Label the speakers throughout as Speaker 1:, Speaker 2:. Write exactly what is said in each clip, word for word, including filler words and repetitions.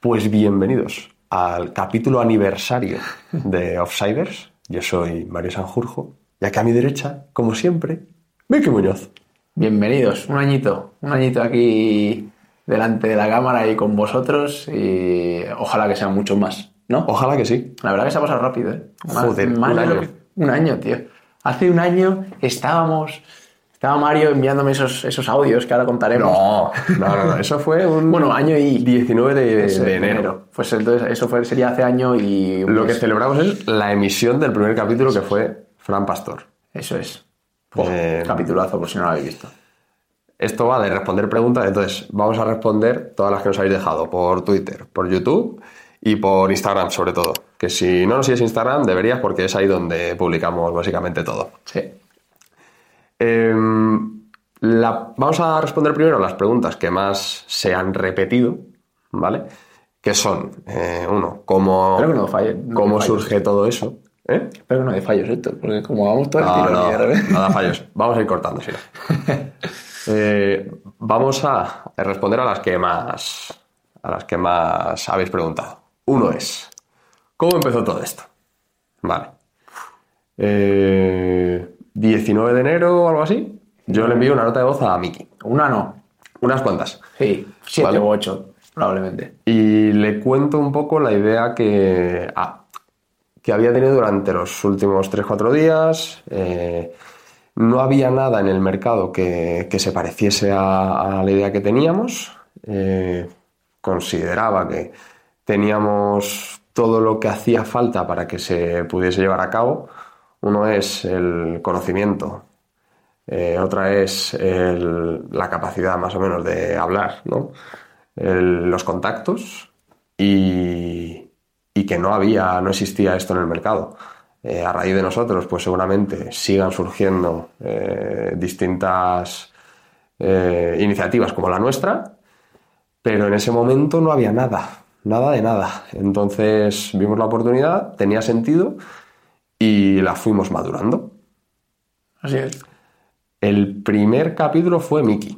Speaker 1: Pues bienvenidos al capítulo aniversario de Offsiders. Yo soy Mario Sanjurjo y aquí a mi derecha, como siempre, Miki Muñoz.
Speaker 2: Bienvenidos, un añito, un añito aquí delante de la cámara y con vosotros y ojalá que sean muchos más, ¿no?
Speaker 1: Ojalá que sí.
Speaker 2: La verdad que se ha pasado rápido, ¿eh?
Speaker 1: Joder,
Speaker 2: más
Speaker 1: un
Speaker 2: de lo
Speaker 1: año.
Speaker 2: que- un año, tío. Hace un año estábamos... Estaba Mario enviándome esos, esos audios que ahora contaremos.
Speaker 1: No, no, no, no, eso fue un
Speaker 2: Bueno, año y...
Speaker 1: diecinueve de,
Speaker 2: ese,
Speaker 1: de enero.
Speaker 2: Pues entonces eso fue, sería hace año y... un
Speaker 1: Lo que
Speaker 2: mes.
Speaker 1: celebramos es la emisión del primer capítulo que fue Fran Pastor.
Speaker 2: Eso es. Buah,
Speaker 1: Eh,
Speaker 2: capitulazo, por si no lo habéis visto.
Speaker 1: Esto va de responder preguntas, entonces vamos a responder todas las que nos habéis dejado por Twitter, por YouTube y por Instagram sobre todo. Que si no nos sigues Instagram deberías porque es ahí donde publicamos básicamente todo.
Speaker 2: Sí.
Speaker 1: Eh, la, vamos a responder primero las preguntas que más se han repetido, ¿vale? Que son, eh, uno, ¿cómo,
Speaker 2: Espero que no falle. no
Speaker 1: cómo
Speaker 2: falle.
Speaker 1: surge todo eso? ¿Eh?
Speaker 2: Espero que no de fallos esto, porque como vamos todo el
Speaker 1: No,
Speaker 2: tiro
Speaker 1: no,
Speaker 2: y de repente-
Speaker 1: no da fallos. Vamos a ir cortando, si no. Eh, vamos a responder a las que más a las que más habéis preguntado. Uno es, ¿cómo empezó todo esto? Vale. Eh, diecinueve de enero o algo así, yo le envío una nota de voz a Miki.
Speaker 2: Una no.
Speaker 1: Unas cuantas.
Speaker 2: Sí, siete
Speaker 1: Vale.
Speaker 2: u ocho, probablemente.
Speaker 1: Y le cuento un poco la idea que, ah, que había tenido durante los últimos tres cuatro días. Eh, no había nada en el mercado que, que se pareciese a, a la idea que teníamos. Eh, consideraba que teníamos todo lo que hacía falta para que se pudiese llevar a cabo. Uno es el conocimiento, eh, otra es el- la capacidad más o menos de hablar, ¿no? El- los contactos y, y que no había, no existía esto en el mercado. Eh, a raíz de nosotros, pues seguramente sigan surgiendo eh, distintas eh, iniciativas como la nuestra, pero en ese momento no había nada, nada de nada. Entonces vimos la oportunidad, tenía sentido y la fuimos madurando.
Speaker 2: Así es.
Speaker 1: El primer capítulo fue Miki.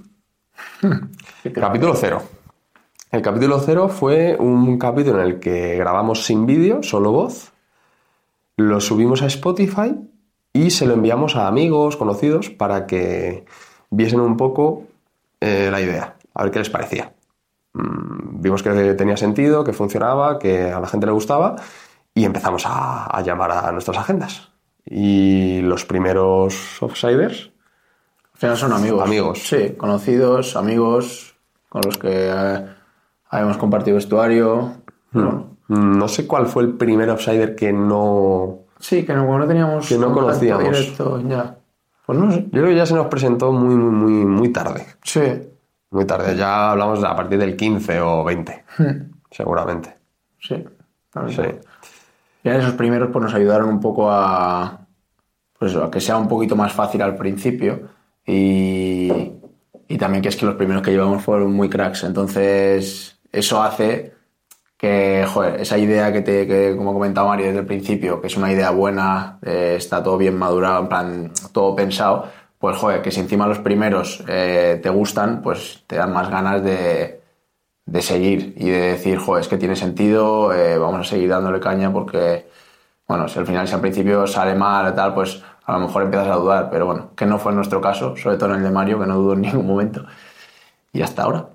Speaker 1: Capítulo cero. El capítulo cero fue un capítulo en el que grabamos sin vídeo, solo voz, lo subimos a Spotify y se lo enviamos a amigos, conocidos, para que viesen un poco eh, la idea, a ver qué les parecía. Mm, vimos que tenía sentido, que funcionaba, que a la gente le gustaba y empezamos a, a llamar a nuestras agendas. Y los primeros Offsiders,
Speaker 2: Al final son amigos.
Speaker 1: Amigos.
Speaker 2: Sí, conocidos, amigos, con los que eh, habíamos compartido vestuario. Bueno,
Speaker 1: no sé cuál fue el primer Offsider que no...
Speaker 2: sí, que no, como no teníamos
Speaker 1: Que no
Speaker 2: contacto
Speaker 1: conocíamos.
Speaker 2: directo, ya. Pues no sé.
Speaker 1: Yo creo que ya se nos presentó muy, muy, muy, muy tarde.
Speaker 2: Sí.
Speaker 1: Muy tarde. Ya hablamos a partir del quince o veinte, seguramente.
Speaker 2: Sí. la
Speaker 1: Sí.
Speaker 2: verdad. Ya esos primeros pues nos ayudaron un poco a, pues eso, a que sea un poquito más fácil al principio y, y también que es que los primeros que llevamos fueron muy cracks, entonces eso hace que, joder, esa idea que, te, que como ha comentado Mario desde el principio, que es una idea buena, eh, está todo bien madurado, en plan, todo pensado, pues joder, que si encima los primeros eh, te gustan, pues te dan más ganas de de seguir y de decir, joder, es que tiene sentido, eh, vamos a seguir dándole caña porque, bueno, si al final, si al principio sale mal y tal, pues a lo mejor empiezas a dudar, pero bueno, que no fue en nuestro caso, sobre todo en el de Mario, que no dudo en ningún momento. Y hasta ahora.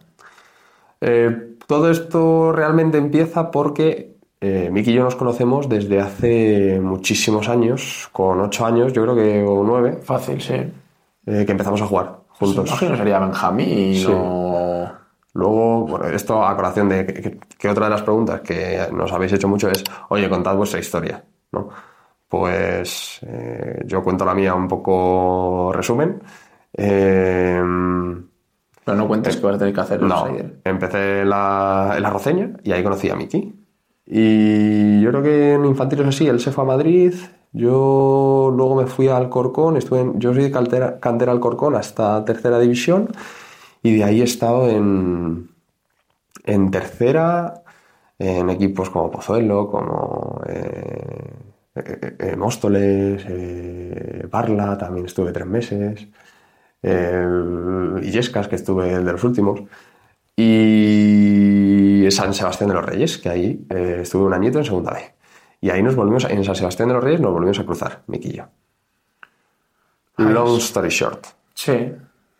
Speaker 1: Eh, todo esto realmente empieza porque eh, Miki y yo nos conocemos desde hace muchísimos años, con ocho años, yo creo que, o nueve,
Speaker 2: Fácil, sí.
Speaker 1: eh, que empezamos a jugar juntos.
Speaker 2: Imagino que sería Benjamín y
Speaker 1: Sí.
Speaker 2: no...
Speaker 1: Luego, bueno, esto a colación de que, que- que otra de las preguntas que nos habéis hecho mucho es, oye, contad vuestra historia, ¿no? Pues eh, yo cuento la mía un poco resumen. Eh,
Speaker 2: Pero no cuentes que vas a tener que hacer
Speaker 1: no, empecé en la, en la Roceña y ahí conocí a Miki. Y yo creo que en infantiles así, él se fue a Madrid, yo luego me fui al Alcorcón, estuve en- yo soy de cantera, cantera Alcorcón hasta tercera división. Y de ahí he estado en, en tercera, en equipos como Pozuelo, como eh, eh, eh, Móstoles, eh, Parla, también estuve tres meses, eh, Illescas, que estuve de los últimos. Y y San Sebastián de los Reyes, que ahí eh, estuve un añito en segunda B. Y ahí nos volvimos, a, en San Sebastián de los Reyes nos volvimos a cruzar, Miki y yo. Long story short.
Speaker 2: Sí.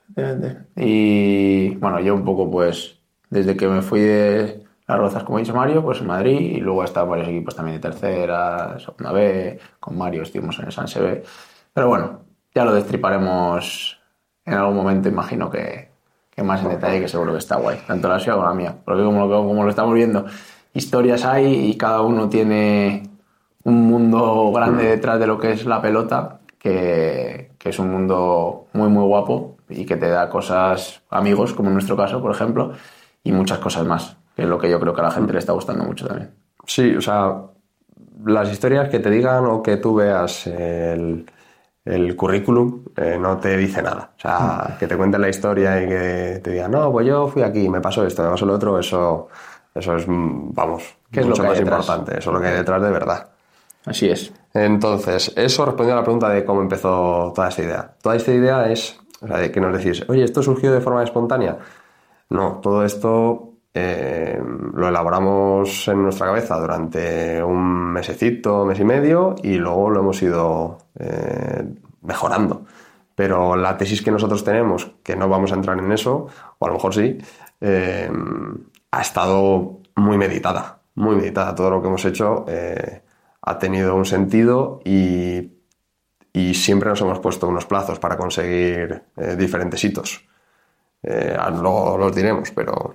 Speaker 2: Y bueno, yo un poco pues, desde que me fui de Las Rozas, como ha dicho Mario, pues en Madrid, y luego he estado en varios equipos también de tercera, segunda B, con Mario estuvimos en el San Sebe. Pero bueno, ya lo destriparemos en algún momento, imagino que, que más en detalle, que seguro que está guay, tanto la suya como la mía, porque como lo, como lo estamos viendo, historias hay y cada uno tiene un mundo grande detrás de lo que es la pelota, que, que es un mundo muy muy guapo y que te da cosas, amigos, como en nuestro caso, por ejemplo, y muchas cosas más, que es lo que yo creo que a la gente le está gustando mucho también.
Speaker 1: Sí, o sea, las historias que te digan o que tú veas el, el currículum eh, no te dice nada. O sea, que te cuenten la historia y que te digan, no, pues yo fui aquí, me pasó esto, me pasó lo otro, eso, eso es, vamos,
Speaker 2: ¿Qué es lo
Speaker 1: mucho
Speaker 2: que hay
Speaker 1: más
Speaker 2: detrás?
Speaker 1: importante, eso es lo que hay detrás de verdad.
Speaker 2: Así es.
Speaker 1: Entonces, eso respondiendo a la pregunta de cómo empezó toda esta idea. Toda esta idea es, o sea, de que nos decís, oye, ¿esto surgió de forma espontánea? No, todo esto eh, lo elaboramos en nuestra cabeza durante un mesecito, mes y medio, y luego lo hemos ido eh, mejorando. Pero la tesis que nosotros tenemos, que no vamos a entrar en eso, o a lo mejor sí, eh, ha estado muy meditada, muy meditada. Todo lo que hemos hecho eh, ha tenido un sentido y, y siempre nos hemos puesto unos plazos para conseguir eh, diferentes hitos. Eh, luego los diremos, pero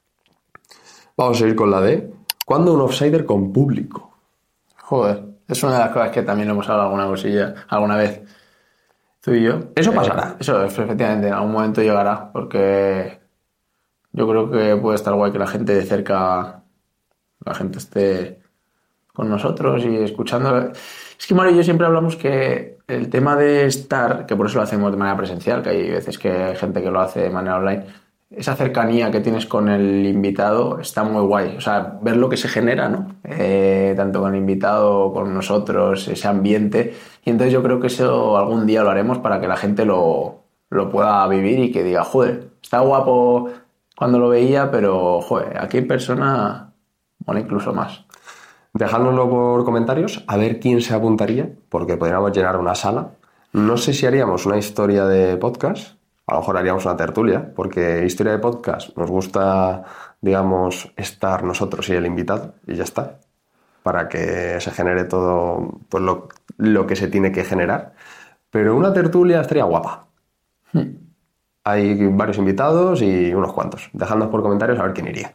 Speaker 1: vamos a seguir con la D. ¿Cuándo un offsider con público?
Speaker 2: Joder, es una de las cosas que también hemos hablado alguna cosilla, alguna vez, tú y yo.
Speaker 1: Eso pasará.
Speaker 2: Eh, eso, efectivamente, en algún momento llegará, porque yo creo que puede estar guay que la gente de cerca, la gente esté con nosotros y escuchando. Es que Mario y yo siempre hablamos que el tema de estar, que por eso lo hacemos de manera presencial, que hay veces que hay gente que lo hace de manera online, esa cercanía que tienes con el invitado está muy guay. O sea, ver lo que se genera, ¿no? Eh, tanto con el invitado, con nosotros, ese ambiente. Y entonces yo creo que eso algún día lo haremos para que la gente lo, lo pueda vivir y que diga, joder, está guapo cuando lo veía, pero, joder, aquí en persona mola incluso más.
Speaker 1: Dejádnoslo por comentarios, a ver quién se apuntaría, porque podríamos llenar una sala. No sé si haríamos una historia de podcast, a lo mejor haríamos una tertulia, porque historia de podcast nos gusta, digamos, estar nosotros y el invitado, y ya está, para que se genere todo pues lo, lo que se tiene que generar. Pero una tertulia estaría guapa. Hmm. Hay varios invitados y unos cuantos. Dejadnos por comentarios a ver quién iría.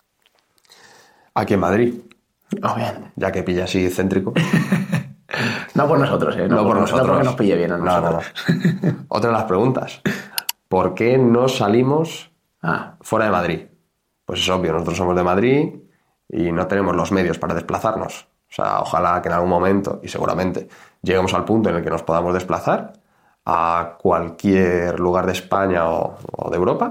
Speaker 1: Aquí en Madrid.
Speaker 2: Oh, bien.
Speaker 1: Ya que pilla así céntrico.
Speaker 2: No por nosotros, ¿eh? No,
Speaker 1: no por, por nosotros.
Speaker 2: No porque nos pille bien a nosotros.
Speaker 1: No, no, no. Otra de las preguntas. ¿Por qué no salimos ah. fuera de Madrid? Pues es obvio, nosotros somos de Madrid y no tenemos los medios para desplazarnos. O sea, ojalá que en algún momento, y seguramente, lleguemos al punto en el que nos podamos desplazar a cualquier lugar de España o, o de Europa.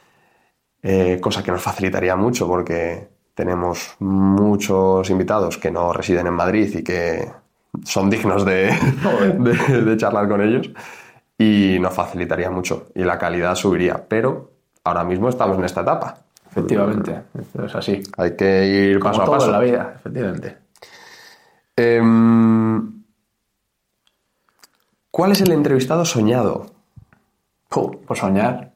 Speaker 1: Eh, cosa que nos facilitaría mucho porque tenemos muchos invitados que no residen en Madrid y que son dignos de, de, de charlar con ellos y nos facilitaría mucho y la calidad subiría, pero ahora mismo estamos en esta etapa.
Speaker 2: Efectivamente, es así.
Speaker 1: Hay que ir
Speaker 2: Como
Speaker 1: paso
Speaker 2: todo
Speaker 1: a paso.
Speaker 2: En la vida, efectivamente.
Speaker 1: Eh, ¿Cuál es el entrevistado soñado?
Speaker 2: Puh, pues soñar.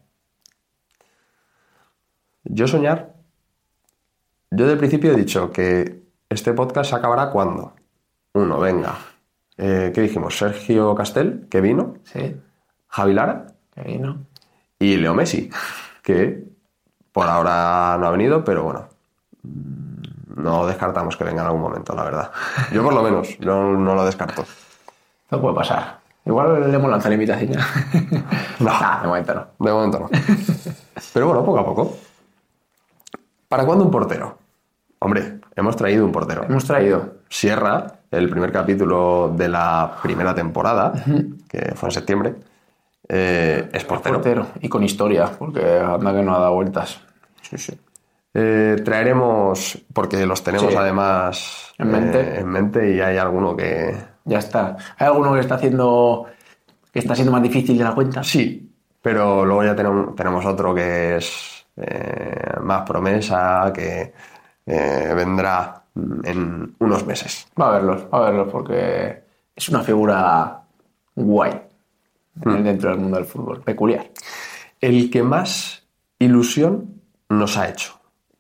Speaker 1: Yo soñar... Yo de principio he dicho que este podcast se acabará cuando uno venga. Eh, ¿Qué dijimos? Sergio Castel, que vino.
Speaker 2: Sí.
Speaker 1: Javi Lara.
Speaker 2: Que vino.
Speaker 1: Y Leo Messi, que por ahora no ha venido, pero bueno, no descartamos que venga en algún momento, la verdad. Yo por lo menos, no, no lo descarto.
Speaker 2: No puede pasar. Igual le hemos lanzado la invitación ya.
Speaker 1: No,
Speaker 2: nah, de momento no.
Speaker 1: De momento no. Pero bueno, poco a poco. ¿Para cuándo un portero? Hombre, hemos traído un portero.
Speaker 2: Hemos traído.
Speaker 1: Sierra, el primer capítulo de la primera temporada, uh-huh. que fue en septiembre, eh, es portero.
Speaker 2: Es portero. Y con historia, porque anda que no ha dado vueltas. Sí, sí.
Speaker 1: Eh, traeremos, porque los tenemos sí. además
Speaker 2: en mente.
Speaker 1: Eh, en mente y hay alguno que...
Speaker 2: Ya está. ¿Hay alguno que está haciendo que está siendo más difícil de la cuenta?
Speaker 1: Sí, pero luego ya tenemos, tenemos otro que es eh, más promesa, que eh, vendrá en unos meses.
Speaker 2: Va a verlos, va a verlos, porque es una figura guay mm. dentro del mundo del fútbol, peculiar.
Speaker 1: El que más ilusión nos ha hecho.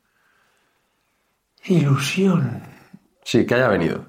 Speaker 2: Ilusión.
Speaker 1: Sí, que haya venido.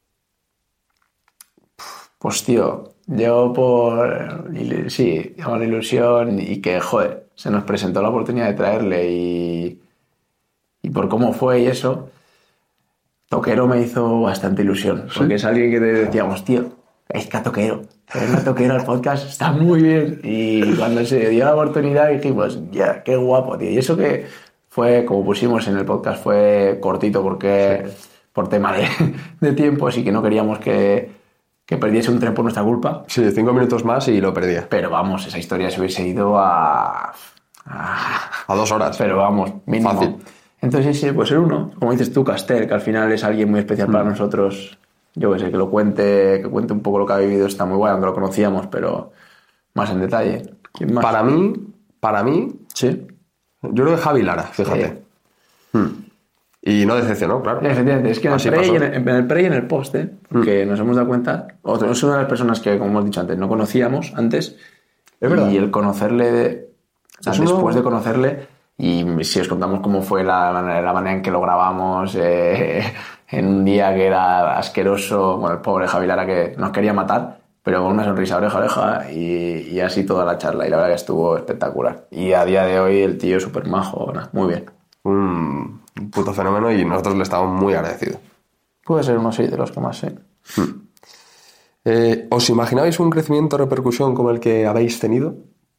Speaker 2: Pues tío, yo por... Sí, por ilusión y que, joder, se nos presentó la oportunidad de traerle y... Y por cómo fue y eso, Toquero me hizo bastante ilusión. ¿Sí? Porque es alguien que te decíamos, tío, es que a Toquero, venga Toquero al podcast, está muy bien. Y cuando se dio la oportunidad dijimos, ya, yeah, qué guapo, tío. Y eso que fue, como pusimos en el podcast, fue cortito porque sí. por tema de, de tiempo, así que no queríamos que, que perdiese un tren por nuestra culpa.
Speaker 1: Sí, cinco minutos más y lo perdía.
Speaker 2: Pero vamos, esa historia se hubiese ido a... A,
Speaker 1: a dos horas.
Speaker 2: Pero vamos, mínimo.
Speaker 1: Fácil.
Speaker 2: Entonces ese puede ser uno, como dices tú, Castel, que al final es alguien muy especial mm. para nosotros. Yo que sé, que lo cuente, que cuente un poco lo que ha vivido, está muy guay, aunque lo conocíamos, pero más en detalle.
Speaker 1: ¿Quién más? Para mí, para mí,
Speaker 2: sí.
Speaker 1: Yo creo que Javi Lara, fíjate. Sí. Mm. Y no decepcionó, claro.
Speaker 2: Efectivamente, es que en el, pre y en, el, en el pre y en el post, ¿eh? mm. que nos hemos dado cuenta, otro, es una de las personas que, como hemos dicho antes, no conocíamos antes.
Speaker 1: Es verdad.
Speaker 2: Y el conocerle, de, o sea, después uno... de conocerle... Y si os contamos cómo fue la, la manera en que lo grabamos eh, en un día que era asqueroso, bueno, el pobre Javi Lara que nos quería matar, pero con una sonrisa oreja a oreja y, y así toda la charla. Y la verdad que estuvo espectacular. Y a día de hoy el tío es súper majo, ¿no? Muy bien.
Speaker 1: Un puto fenómeno y nosotros le estamos muy agradecidos.
Speaker 2: Puede ser uno sí, de los que más sé.
Speaker 1: Hmm. Eh, ¿Os imaginabais un crecimiento o repercusión como el que habéis tenido?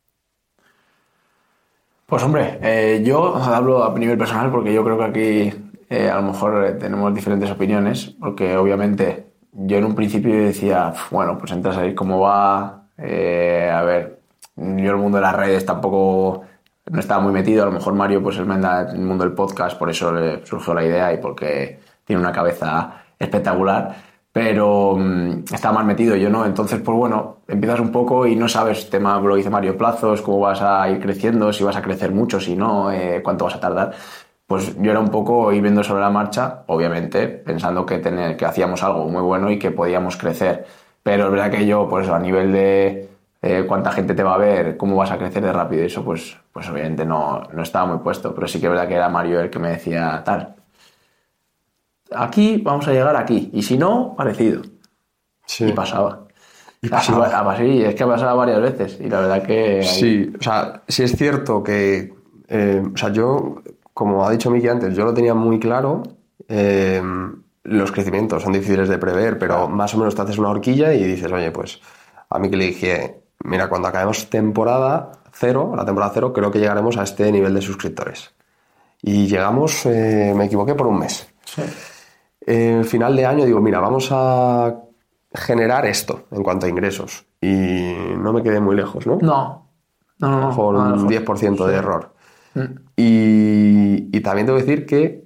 Speaker 2: Pues hombre, eh, yo hablo a nivel personal porque yo creo que aquí eh, a lo mejor eh, tenemos diferentes opiniones, porque obviamente yo en un principio decía, bueno, pues entras a ver cómo va, eh, a ver, yo el mundo de las redes tampoco no estaba muy metido, a lo mejor Mario pues él me anda en el mundo del podcast, por eso le surgió la idea y porque tiene una cabeza espectacular. Pero mmm, estaba más metido, yo no, entonces pues bueno, empiezas un poco y no sabes, tema lo dice Mario, plazos, cómo vas a ir creciendo, si vas a crecer mucho, si no, eh, cuánto vas a tardar. Pues yo era un poco ir viendo sobre la marcha, obviamente, pensando que, tener, que hacíamos algo muy bueno y que podíamos crecer. Pero es verdad que yo, pues a nivel de eh, cuánta gente te va a ver, cómo vas a crecer de rápido, eso pues, pues obviamente no, no estaba muy puesto. Pero sí que es verdad que era Mario el que me decía tal. Aquí vamos a llegar aquí, y si no, parecido.
Speaker 1: Sí.
Speaker 2: Y pasaba.
Speaker 1: Y pasaba.
Speaker 2: Así, así, es que ha pasado varias veces, y la verdad que... Ahí...
Speaker 1: Sí, o sea, sí es cierto que... Eh, o sea, yo, como ha dicho Miki antes, yo lo tenía muy claro. Eh, los crecimientos son difíciles de prever, pero claro. Más o menos te haces una horquilla y dices, oye, pues... A mí que le dije, mira, cuando acabemos temporada cero, la temporada cero, creo que llegaremos a este nivel de suscriptores. Y llegamos, eh, me equivoqué por un mes.
Speaker 2: Sí.
Speaker 1: Eh, final de año digo, mira, vamos a generar esto en cuanto a ingresos. Y no me quedé muy lejos, ¿no?
Speaker 2: No. No, no, no.
Speaker 1: Con
Speaker 2: no,
Speaker 1: un diez por ciento
Speaker 2: sí.
Speaker 1: de error.
Speaker 2: Mm.
Speaker 1: Y, y también tengo que decir que,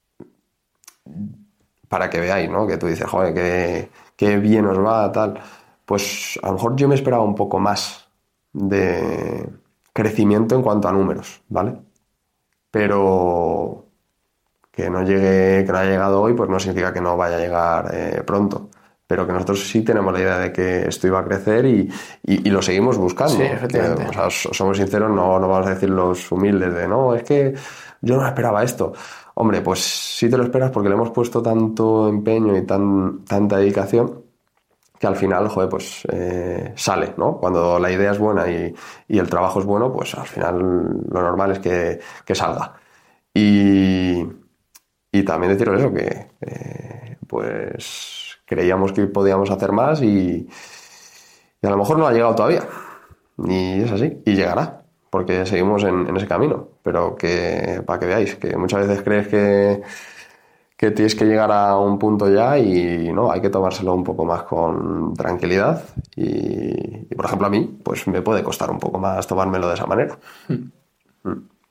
Speaker 1: para que veáis, ¿no? Que tú dices, joder, que, que bien os va, tal. Pues a lo mejor yo me esperaba un poco más de crecimiento en cuanto a números, ¿vale? Pero... que no llegue, que no haya llegado hoy, pues no significa que no vaya a llegar eh, pronto. Pero que nosotros sí tenemos la idea de que esto iba a crecer y, y, y lo seguimos buscando.
Speaker 2: Sí, efectivamente.
Speaker 1: Que, o sea, somos sinceros, no, no vamos a decir los humildes de no, es que yo no esperaba esto. Hombre, pues sí te lo esperas porque le hemos puesto tanto empeño y tan, tanta dedicación que al final, joder, pues eh, sale, ¿no? Cuando la idea es buena y, y el trabajo es bueno, pues al final lo normal es que, que salga. Y... Y también deciros eso, que eh, pues creíamos que podíamos hacer más y, y a lo mejor no ha llegado todavía. Y es así, y llegará, porque seguimos en, en ese camino. Pero que para que veáis, que muchas veces crees que, que tienes que llegar a un punto ya y no, hay que tomárselo un poco más con tranquilidad. Y, y por ejemplo a mí, pues me puede costar un poco más tomármelo de esa manera. Mm.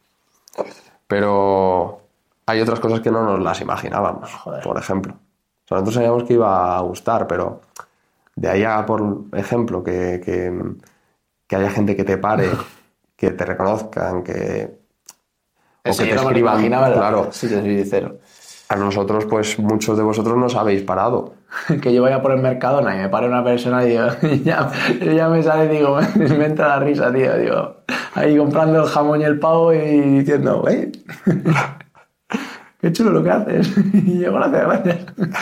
Speaker 1: Pero... hay otras cosas que no nos las imaginábamos,
Speaker 2: Joder.
Speaker 1: Por ejemplo. O sea, nosotros sabíamos que iba a gustar, pero de ahí a, por ejemplo, que, que, que haya gente que te pare, que te reconozcan, que...
Speaker 2: O que te escriban,
Speaker 1: claro.
Speaker 2: Sí, te soy sincero.
Speaker 1: A nosotros, pues muchos de vosotros nos habéis parado.
Speaker 2: Que yo vaya por el Mercadona y me pare una persona y, digo, y ya, ya me sale y digo, me entra la risa, tío. Digo, ahí comprando el jamón y el pavo y diciendo, güey, qué chulo lo que haces. Y yo, gracias, gracias.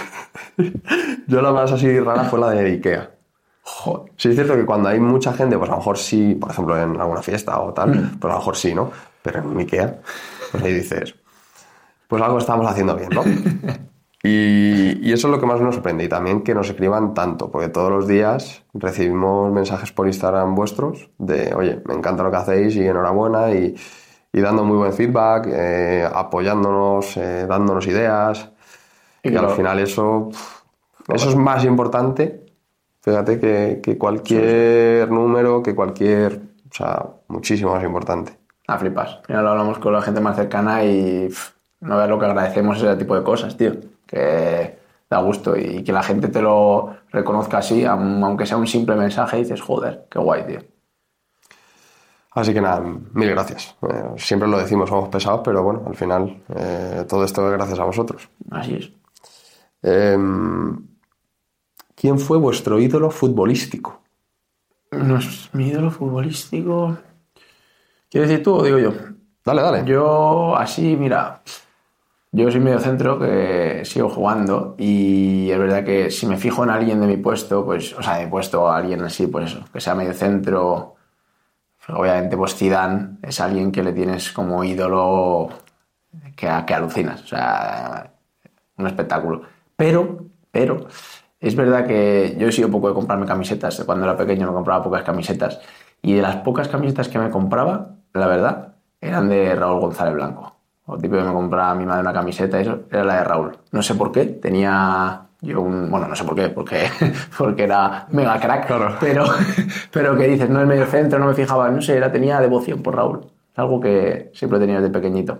Speaker 1: Yo la más así rara fue la de Ikea.
Speaker 2: Joder.
Speaker 1: Sí, es cierto que cuando hay mucha gente, pues a lo mejor sí, por ejemplo en alguna fiesta o tal,
Speaker 2: Mm.
Speaker 1: pues a lo mejor sí, ¿no? Pero en Ikea, pues ahí dices, pues algo estamos haciendo bien, ¿no? Y, y eso es lo que más nos sorprende. Y también que nos escriban tanto, porque todos los días recibimos mensajes por Instagram vuestros de, oye, me encanta lo que hacéis y enhorabuena y, y dando muy buen feedback, eh, apoyándonos, eh, dándonos ideas.
Speaker 2: Y
Speaker 1: Y,
Speaker 2: claro,
Speaker 1: al final eso, eso es más importante, fíjate, que, que cualquier número, que cualquier, o sea, muchísimo más importante.
Speaker 2: a flipas. Al final lo hablamos con la gente más cercana y pff, no veas lo que agradecemos ese tipo de cosas, tío. Que da gusto y que la gente te lo reconozca así, aunque sea un simple mensaje, dices, joder, qué guay, tío.
Speaker 1: Así que nada, mil gracias. Eh, siempre lo decimos, somos pesados, pero bueno, al final eh, todo esto es gracias a vosotros.
Speaker 2: Así es.
Speaker 1: Eh, ¿Quién fue vuestro ídolo futbolístico?
Speaker 2: No es mi ídolo futbolístico. ¿Quieres decir tú o digo yo?
Speaker 1: Dale, dale.
Speaker 2: Yo, así, mira, yo soy medio centro que sigo jugando y es verdad que si me fijo en alguien de mi puesto, pues, o sea, de mi puesto a alguien así, pues eso, que sea medio centro, obviamente pues Zidane es alguien que le tienes como ídolo que, que alucinas, o sea, un espectáculo. Pero, pero, es verdad que yo he sido poco de comprarme camisetas, cuando era pequeño me compraba pocas camisetas y de las pocas camisetas que me compraba, la verdad, eran de Raúl González Blanco. O tipo que me compraba a mi madre una camiseta, eso era la de Raúl. No sé por qué, tenía yo un... Bueno, no sé por qué, porque, porque era mega crack,
Speaker 1: Claro.
Speaker 2: pero, pero que dices, no es medio centro, no me fijaba, no sé, era, tenía devoción por Raúl. Algo que siempre he tenido desde pequeñito.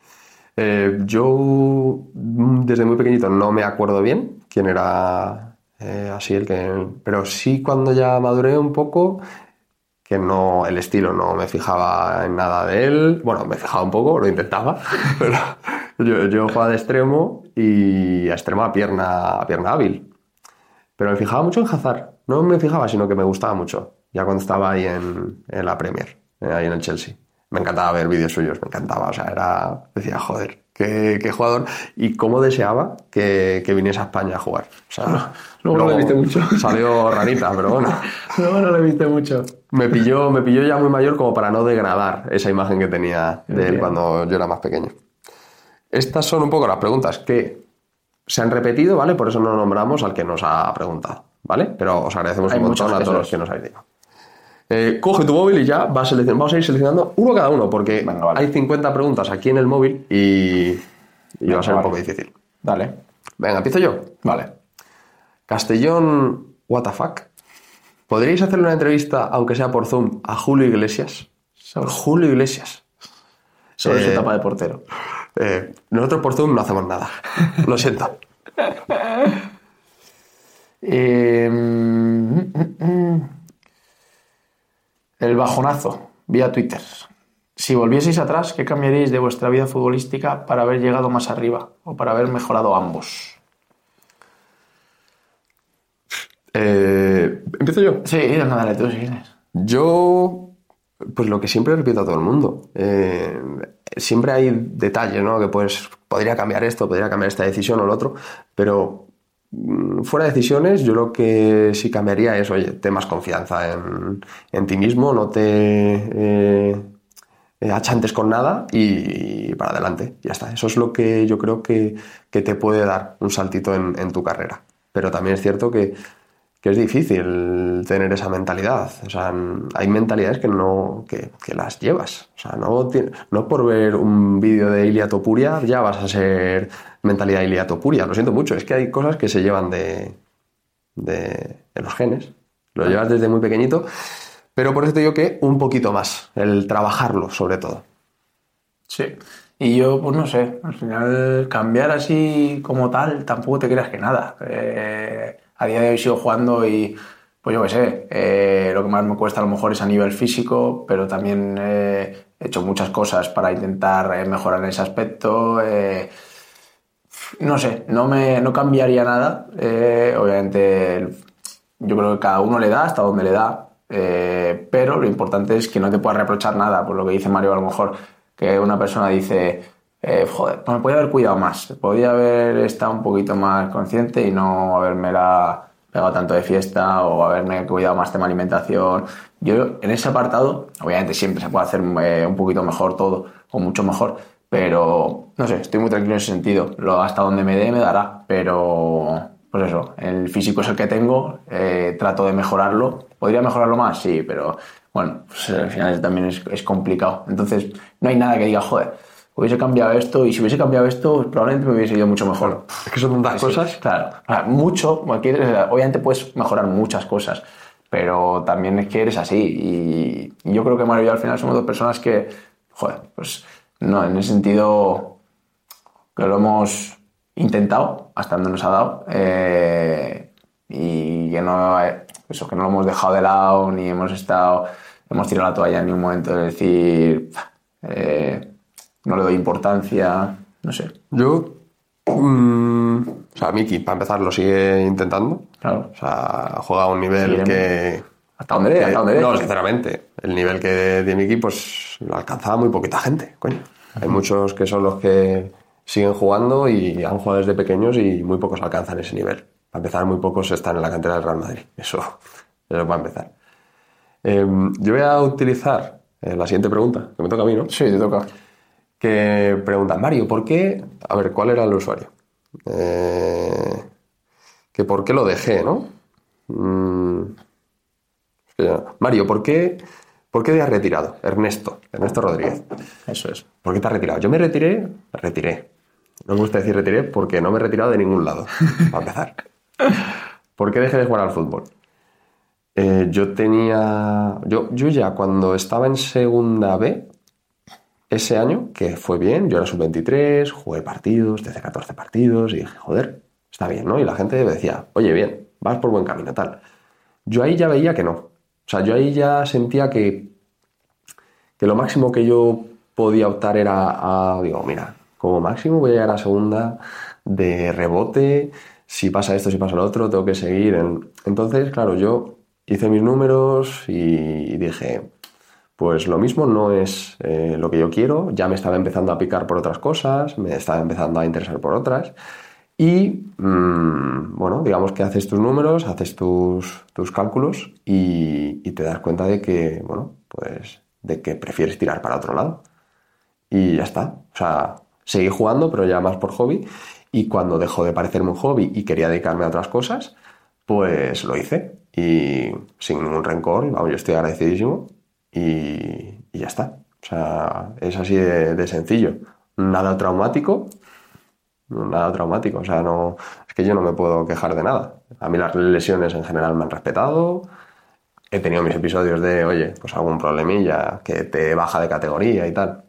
Speaker 1: Eh, yo desde muy pequeñito no me acuerdo bien quién era eh, así el que... Pero sí cuando ya maduré un poco, que no, el estilo no me fijaba en nada de él. Bueno, me fijaba un poco, lo intentaba, pero yo, yo jugaba de extremo y a extremo a pierna, a pierna hábil. Pero me fijaba mucho en Hazard. No me fijaba, sino que me gustaba mucho. Ya cuando estaba ahí en, en la Premier, eh, ahí en el Chelsea. Me encantaba ver vídeos suyos, me encantaba. O sea, era... Decía, joder, qué, qué jugador. Y cómo deseaba que, que viniese a España a jugar. O sea,
Speaker 2: Luego no lo viste mucho.
Speaker 1: Salió rarita, pero bueno.
Speaker 2: No, no lo viste mucho.
Speaker 1: Me pilló, me pilló ya muy mayor como para no degradar esa imagen que tenía de él
Speaker 2: Entiendo.
Speaker 1: cuando yo era más pequeño. Estas son un poco las preguntas que se han repetido, ¿vale? Por eso no nombramos al que nos ha preguntado, ¿vale? Pero os agradecemos
Speaker 2: Hay
Speaker 1: un montón
Speaker 2: muchos
Speaker 1: a todos
Speaker 2: Jesús.
Speaker 1: los que nos habéis dicho. Eh, coge tu móvil y ya vas seleccion- vamos a ir seleccionando uno cada uno, porque
Speaker 2: Venga, vale.
Speaker 1: hay cincuenta preguntas aquí en el móvil y, y
Speaker 2: Venga,
Speaker 1: va a ser
Speaker 2: vale.
Speaker 1: un poco difícil.
Speaker 2: Dale.
Speaker 1: Venga, empiezo yo.
Speaker 2: Vale.
Speaker 1: Castellón, what the fuck. ¿Podríais hacerle una entrevista, aunque sea por Zoom, a Julio Iglesias?
Speaker 2: Sobre,
Speaker 1: Julio Iglesias.
Speaker 2: sobre su
Speaker 1: Eh,
Speaker 2: etapa de portero.
Speaker 1: Eh, nosotros por Zoom no hacemos nada. Lo siento.
Speaker 2: Eh, mm, mm, mm. El bajonazo, vía Twitter. Si volvieseis atrás, ¿qué cambiaríais de vuestra vida futbolística para haber llegado más arriba o para haber mejorado ambos?
Speaker 1: Eh, ¿Empiezo yo?
Speaker 2: Sí, venga, dale tú si quieres.
Speaker 1: Yo, pues lo que siempre repito a todo el mundo. Eh, siempre hay detalles, ¿no? Que pues podría cambiar esto, podría cambiar esta decisión o lo otro, pero mm, fuera de decisiones, yo lo que sí cambiaría es, oye, ten más confianza en, en ti mismo, no te eh, eh, achantes con nada y, para adelante, ya está. Eso es lo que yo creo que, que te puede dar un saltito en, en tu carrera. Pero también es cierto que que es difícil tener esa mentalidad. O sea, hay mentalidades que no que, que las llevas. O sea, no, ti- no por ver un vídeo de Ilia Topuria ya vas a ser mentalidad Ilia Topuria. Lo siento mucho, es que hay cosas que se llevan de, de, de los genes. Lo llevas desde muy pequeñito, pero por eso te digo que un poquito más, el trabajarlo sobre todo.
Speaker 2: Sí. Y yo, pues no sé, al final cambiar así como tal, tampoco te creas que nada. Eh, a día de hoy sigo jugando y, pues yo qué sé, eh, lo que más me cuesta a lo mejor es a nivel físico, pero también eh, he hecho muchas cosas para intentar eh, mejorar en ese aspecto. Eh, No sé, no me no cambiaría nada. Eh, obviamente, el- yo creo que cada uno le da hasta donde le da. Eh, pero lo importante es que no te puedas reprochar nada, por lo que dice Mario, a lo mejor que una persona dice, eh, joder, pues me podría haber cuidado más, podría haber estado un poquito más consciente y no haberme la pegado tanto de fiesta o haberme cuidado más de mi alimentación. Yo en ese apartado, obviamente siempre se puede hacer eh, un poquito mejor todo, o mucho mejor, pero no sé, estoy muy tranquilo en ese sentido. Lo, hasta donde me dé, me dará, pero pues eso, el físico es el que tengo, eh, trato de mejorarlo. ¿Podría mejorarlo más? Sí, pero bueno, pues al final también es, es complicado. Entonces, no hay nada que diga, joder, hubiese cambiado esto y si hubiese cambiado esto, pues probablemente me hubiese ido mucho mejor.
Speaker 1: Es que son tantas
Speaker 2: Sí, sí,
Speaker 1: cosas.
Speaker 2: claro, claro, mucho, aquí, obviamente puedes mejorar muchas cosas, pero también es que eres así. Y, y yo creo que Mario y yo al final somos dos personas que, joder, pues no, en ese sentido que lo hemos intentado hasta donde nos ha dado eh, y que no, eso, que no lo hemos dejado de lado ni hemos estado, hemos tirado la toalla en ningún momento de decir eh, no le doy importancia, no sé.
Speaker 1: Yo, mm, o sea, Miki, para empezar, lo sigue intentando.
Speaker 2: Claro.
Speaker 1: O sea, juega a un nivel
Speaker 2: Seguiremos.
Speaker 1: que...
Speaker 2: Hasta donde dé,
Speaker 1: que-
Speaker 2: hasta donde dé.
Speaker 1: No, sinceramente, el nivel que de Miki, pues lo alcanzaba muy poquita gente, coño. Hay muchos que son los que siguen jugando y han jugado desde pequeños y muy pocos alcanzan ese nivel. Para empezar, muy pocos están en la cantera del Real Madrid. Eso, eso va a empezar. Eh, yo voy a utilizar eh, la siguiente pregunta, que me toca a mí, ¿no?
Speaker 2: Sí, te toca.
Speaker 1: Que pregunta, Mario, ¿por qué? A ver, ¿cuál era el usuario? Eh, que por qué lo dejé, ¿no? Mm, es que ya- Mario, ¿por qué, ¿por qué te has retirado? Ernesto, Ernesto Rodríguez.
Speaker 2: Eso es.
Speaker 1: ¿Por qué te has retirado? Yo me retiré, me retiré. No me gusta decir retiré porque no me he retirado de ningún lado, para empezar. ¿Por qué dejé de jugar al fútbol? Eh, yo tenía... Yo, yo ya cuando estaba en segunda B, ese año, que fue bien, yo era sub veintitrés, jugué partidos, desde catorce partidos, y dije, joder, está bien, ¿no? Y la gente me decía, oye, bien, vas por buen camino, tal. Yo ahí ya veía que no. O sea, yo ahí ya sentía que, que lo máximo que yo podía optar era a, digo, mira, como máximo voy a llegar a segunda de rebote, si pasa esto, si pasa lo otro, tengo que seguir. En... Entonces, claro, yo hice mis números y dije, pues lo mismo no es eh, lo que yo quiero, ya me estaba empezando a picar por otras cosas, me estaba empezando a interesar por otras y, mmm, bueno, digamos que haces tus números, haces tus, tus cálculos y, y te das cuenta de que, bueno, pues de que prefieres tirar para otro lado y ya está. O sea, seguí jugando, pero ya más por hobby y cuando dejó de parecerme un hobby y quería dedicarme a otras cosas, pues lo hice y sin ningún rencor, vamos, yo estoy agradecidísimo. Y, y ya está. O sea, es así de, de sencillo. Nada traumático. Nada traumático. O sea, no. Es que yo no me puedo quejar de nada. A mí las lesiones en general me han respetado. He tenido mis episodios de, oye, pues algún problemilla que te baja de categoría y tal.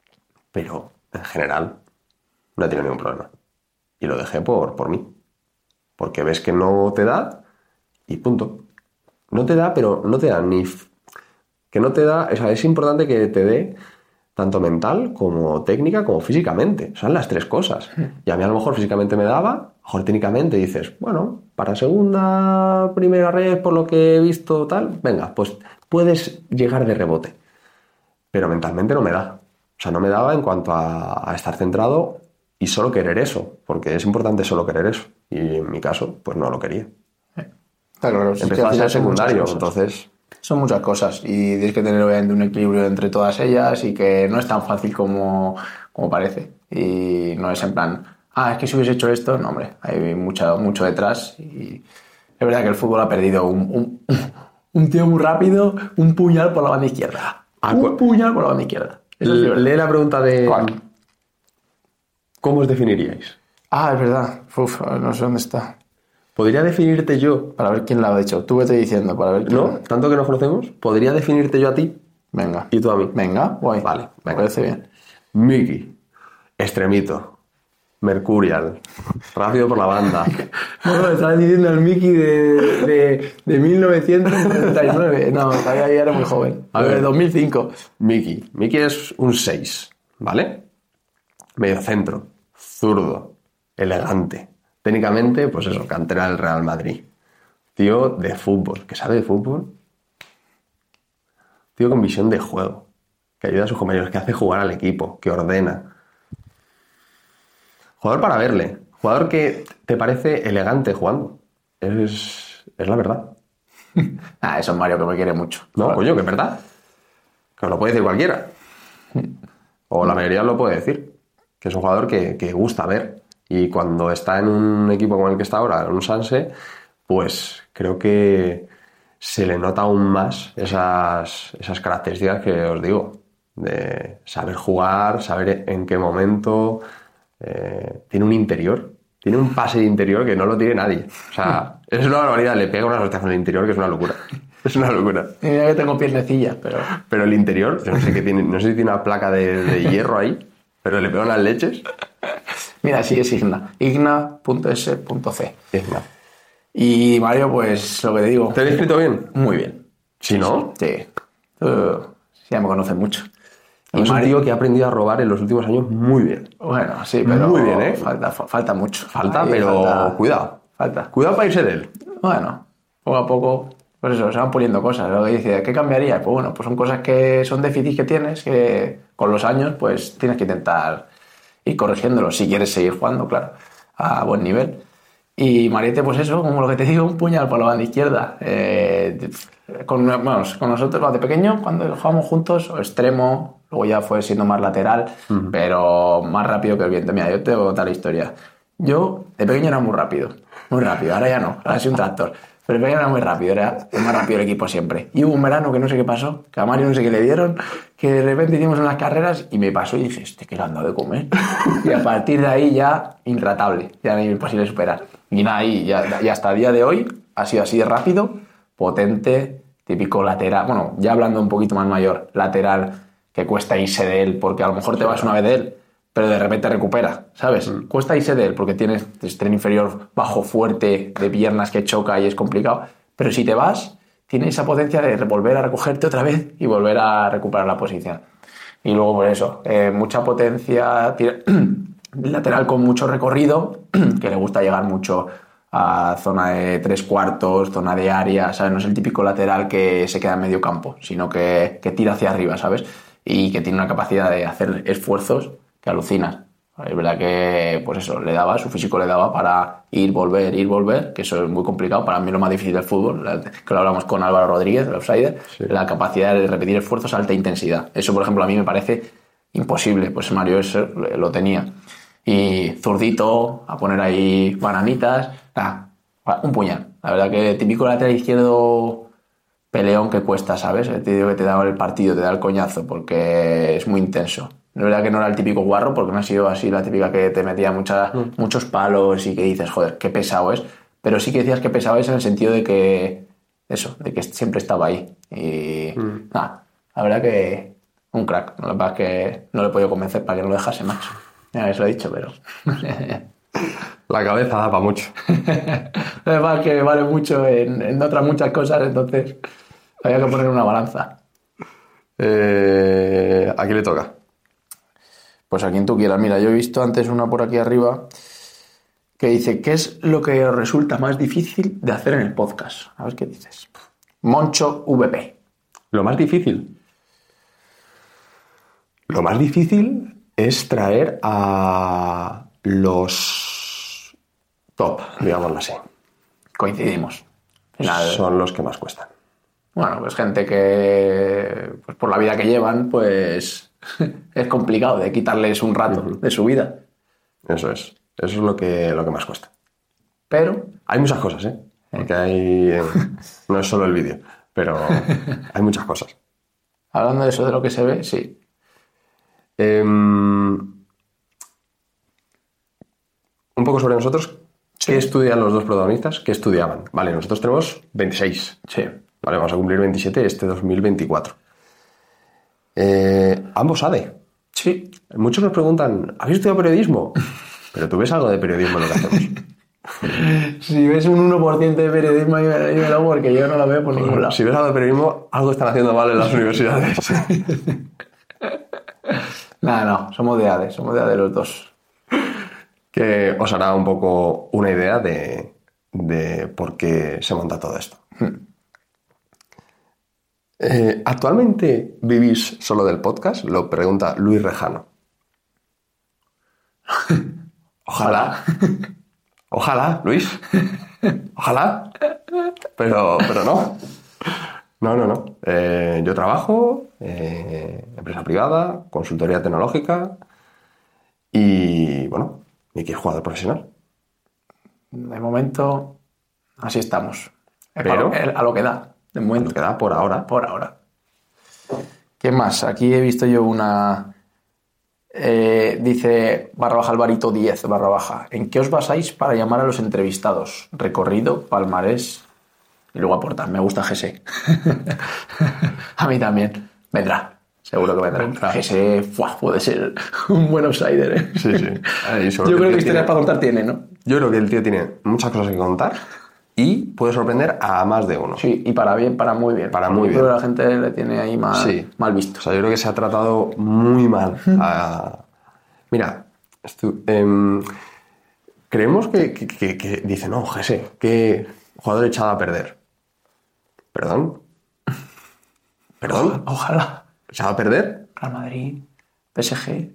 Speaker 1: Pero en general no he tenido ningún problema. Y lo dejé por, por mí. Porque ves que no te da y punto. No te da, pero no te da ni... que no te da, o sea, es importante que te dé tanto mental como técnica como físicamente, son las tres cosas. Y a mí a lo mejor físicamente me daba, a lo mejor técnicamente dices, bueno, para segunda, primera red, por lo que he visto tal, venga, pues puedes llegar de rebote. Pero mentalmente no me da. O sea, no me daba en cuanto a, a estar centrado y solo querer eso, porque es importante solo querer eso. Y en mi caso, pues no lo quería.
Speaker 2: Está claro, sí,
Speaker 1: Empezó
Speaker 2: que
Speaker 1: a
Speaker 2: al
Speaker 1: ser
Speaker 2: final son muchas
Speaker 1: secundario,
Speaker 2: cosas.
Speaker 1: entonces...
Speaker 2: Son muchas cosas y tienes que tener obviamente un equilibrio entre todas ellas y que no es tan fácil como, como parece. Y no es en plan, ah, es que si hubiese hecho esto, no, hombre, hay mucho, mucho detrás. Y es verdad que el fútbol ha perdido un, un, un tío muy rápido, un puñal por la banda izquierda.
Speaker 1: Ah,
Speaker 2: Un
Speaker 1: cu-
Speaker 2: puñal por la banda izquierda. Eso es
Speaker 1: Lee
Speaker 2: verdad.
Speaker 1: la pregunta de...
Speaker 2: ¿Cuál?
Speaker 1: ¿Cómo os definiríais?
Speaker 2: Ah, es verdad. Uf, no sé dónde está.
Speaker 1: ¿Podría definirte yo?
Speaker 2: Para ver quién la ha hecho. Tú vete diciendo, para ver quién.
Speaker 1: ¿No? Tanto que nos conocemos. ¿Podría definirte yo a ti
Speaker 2: Venga.
Speaker 1: y tú a mí?
Speaker 2: Venga, guay.
Speaker 1: Vale,
Speaker 2: Me
Speaker 1: venga.
Speaker 2: parece bien.
Speaker 1: Miki, Extremito, Mercurial, Rápido por la banda.
Speaker 2: No, no, estabas diciendo el Mickey de, de, de mil novecientos setenta y nueve. No, todavía ya era muy joven.
Speaker 1: A ver.
Speaker 2: De dos mil cinco.
Speaker 1: Miki. Miki es un seis, ¿vale? Medio centro, zurdo, elegante. Técnicamente, pues eso, cantera del Real Madrid. Tío de fútbol, que sabe de fútbol. Tío con visión de juego, que ayuda a sus compañeros, que hace jugar al equipo, que ordena. Jugador para verle. Jugador que te parece elegante jugando. Es, es la verdad.
Speaker 2: Ah, eso es Mario, que me quiere mucho.
Speaker 1: No, claro. Coño, que es verdad. Que os lo puede decir cualquiera. O la mayoría lo puede decir. Que es un jugador que, que gusta ver. Y cuando está en un equipo como el que está ahora, en un Sanse, pues creo que se le nota aún más esas, esas características que os digo. De saber jugar, saber en qué momento. Eh, tiene un interior. Tiene un pase de interior que no lo tiene nadie. O sea, es una barbaridad. Le pega una hostias en el interior que es una locura. Es una locura.
Speaker 2: Mira que tengo piernecillas, pero...
Speaker 1: Pero el interior, yo no sé qué tiene, no sé si tiene una placa de, de hierro ahí, pero le pega unas leches.
Speaker 2: Mira, sí es Igna. igna punto ese punto ce.
Speaker 1: Igna.
Speaker 2: Y Mario, pues lo que te digo...
Speaker 1: ¿Te he escrito bien?
Speaker 2: Muy bien.
Speaker 1: ¿Sí, no?
Speaker 2: Sí. Uh, ya me conocen mucho.
Speaker 1: Y es un tío que ha aprendido a robar en los últimos años muy bien.
Speaker 2: Bueno, sí, pero...
Speaker 1: Muy bien, ¿eh?
Speaker 2: Falta, falta mucho.
Speaker 1: Falta,
Speaker 2: Ahí
Speaker 1: pero
Speaker 2: falta,
Speaker 1: cuidado.
Speaker 2: Falta.
Speaker 1: Cuidado para irse de él.
Speaker 2: Bueno, poco a poco... Pues eso, se van poniendo cosas. Lo que dice, ¿qué cambiaría? Pues bueno, pues son cosas que son déficits que tienes, que con los años pues tienes que intentar ir corrigiéndolos si quieres seguir jugando, claro, a buen nivel. Y Mariette, pues eso, como lo que te digo, un puñal por la banda izquierda. Eh, con, vamos, con nosotros, de pequeño, cuando jugábamos juntos, extremo, luego ya fue siendo más lateral, uh-huh. pero más rápido que el viento. Mira, yo te voy a contar la historia. Yo, de pequeño, era muy rápido, muy rápido, ahora ya no, ahora soy un tractor. Pero el pequeño era muy rápido, era el más rápido del equipo siempre. Y hubo un verano que no sé qué pasó, que a Mario no sé qué le dieron, que de repente hicimos unas carreras y me pasó y dije, este que le han dado de comer. Y a partir de ahí ya, intratable, ya era imposible superar. Y nada, y, ya, y hasta el día de hoy ha sido así de rápido, potente, típico lateral, bueno, ya hablando un poquito más mayor, lateral, que cuesta irse de él, porque a lo mejor te vas una vez de él, pero de repente recupera, ¿sabes? Mm. Cuesta irse de él porque tienes tren inferior bajo fuerte, de piernas que choca y es complicado, pero si te vas, tiene esa potencia de volver a recogerte otra vez y volver a recuperar la posición. Y luego, por eso, eh, mucha potencia, lateral con mucho recorrido, que le gusta llegar mucho a zona de tres cuartos, zona de área, ¿sabes? No es el típico lateral que se queda en medio campo, sino que, que tira hacia arriba, ¿sabes? Y que tiene una capacidad de hacer esfuerzos que alucinas. Es verdad que, pues eso, le daba, su físico le daba para ir, volver, ir, volver, que eso es muy complicado. Para mí lo más difícil del fútbol, que lo hablamos con Álvaro Rodríguez, el outsider, sí. La capacidad de repetir esfuerzos a alta intensidad. Eso, por ejemplo, a mí me parece imposible. Pues Mario eso lo tenía. Y zurdito, a poner ahí bananitas, ah, un puñal. La verdad que típico lateral izquierdo peleón que cuesta, ¿sabes? Te digo que te da el partido, te da el coñazo, porque es muy intenso. Es verdad que no era el típico guarro, porque no ha sido así la típica que te metía mucha, mm. muchos palos y que dices, joder, qué pesado es. Pero sí que decías que pesado es en el sentido de que, eso, de que siempre estaba ahí. Y mm. nada, la verdad que un crack. La verdad es que no le he podido convencer para que no lo dejase, macho. Ya eso he dicho, pero...
Speaker 1: La cabeza da para mucho.
Speaker 2: Además que vale mucho en, en otras muchas cosas, entonces había que poner una balanza.
Speaker 1: Eh, ¿A quién le toca?
Speaker 2: Pues a quien tú quieras. Mira, yo he visto antes una por aquí arriba que dice, ¿qué es lo que os resulta más difícil de hacer en el podcast? A ver qué dices. Moncho V P.
Speaker 1: ¿Lo más difícil? Lo más difícil es traer a los top, digámoslo así.
Speaker 2: Coincidimos. Final...
Speaker 1: Son los que más cuestan.
Speaker 2: Bueno, pues gente que, pues por la vida que llevan, pues... es complicado de quitarles un rato uh-huh. de su vida.
Speaker 1: Eso es. Eso es lo que, lo que más cuesta.
Speaker 2: Pero...
Speaker 1: Hay muchas cosas, ¿eh? Porque hay... Eh, no es solo el vídeo, pero hay muchas cosas.
Speaker 2: Hablando de eso, de lo que se ve, sí.
Speaker 1: Eh, un poco sobre nosotros.
Speaker 2: Sí.
Speaker 1: ¿Qué estudian los dos protagonistas? ¿Qué estudiaban? Vale, nosotros tenemos veintiséis.
Speaker 2: Sí.
Speaker 1: Vale, vamos a cumplir veintisiete este dos mil veinticuatro. Eh, ambos A D E.
Speaker 2: Sí.
Speaker 1: Muchos nos preguntan, ¿habéis estudiado periodismo? Pero tú ves algo de periodismo en lo que hacemos.
Speaker 2: Si ves un uno por ciento de periodismo, dímelo, porque yo no lo veo por ningún lado.
Speaker 1: Si ves algo de periodismo, algo están haciendo mal en las universidades.
Speaker 2: Nada, no, somos de A D E, somos de A D E los dos.
Speaker 1: que os hará un poco una idea de, de por qué se monta todo esto. Eh, ¿Actualmente vivís solo del podcast? Lo pregunta Luis Rejano. Ojalá. Ojalá, Luis. Ojalá. Pero, pero no. No, no, no. Eh, yo trabajo, eh, empresa privada, consultoría tecnológica y, bueno, y que jugador profesional.
Speaker 2: De momento, así estamos.
Speaker 1: Pero,
Speaker 2: a lo que da, de momento.
Speaker 1: Nos queda por ahora.
Speaker 2: Por ahora. ¿Qué más? Aquí he visto yo una... Eh, dice barra baja Alvarito diez barra baja. ¿En qué os basáis para llamar a los entrevistados? Recorrido, palmarés y luego aportar. Me gusta G S. A mí también. Vendrá. Seguro que vendrá. G S ¡fua! Puede ser un buen outsider, ¿eh?
Speaker 1: Sí, sí. Ahí,
Speaker 2: yo creo que historias tiene... para contar tiene, ¿no?
Speaker 1: Yo creo que el tío tiene muchas cosas que contar y puede sorprender a más de uno.
Speaker 2: Sí, y para bien, para muy bien.
Speaker 1: Para muy bien.
Speaker 2: Yo creo que la gente le tiene ahí mal, sí. mal visto.
Speaker 1: O sea, yo creo que se ha tratado muy mal. A... Mira, estu... eh, creemos que, que, que, que dice, no, G S, que jugador echado a perder. ¿Perdón? ¿Perdón?
Speaker 2: Ojalá.
Speaker 1: ¿Echado a perder?
Speaker 2: Real Madrid, P S G.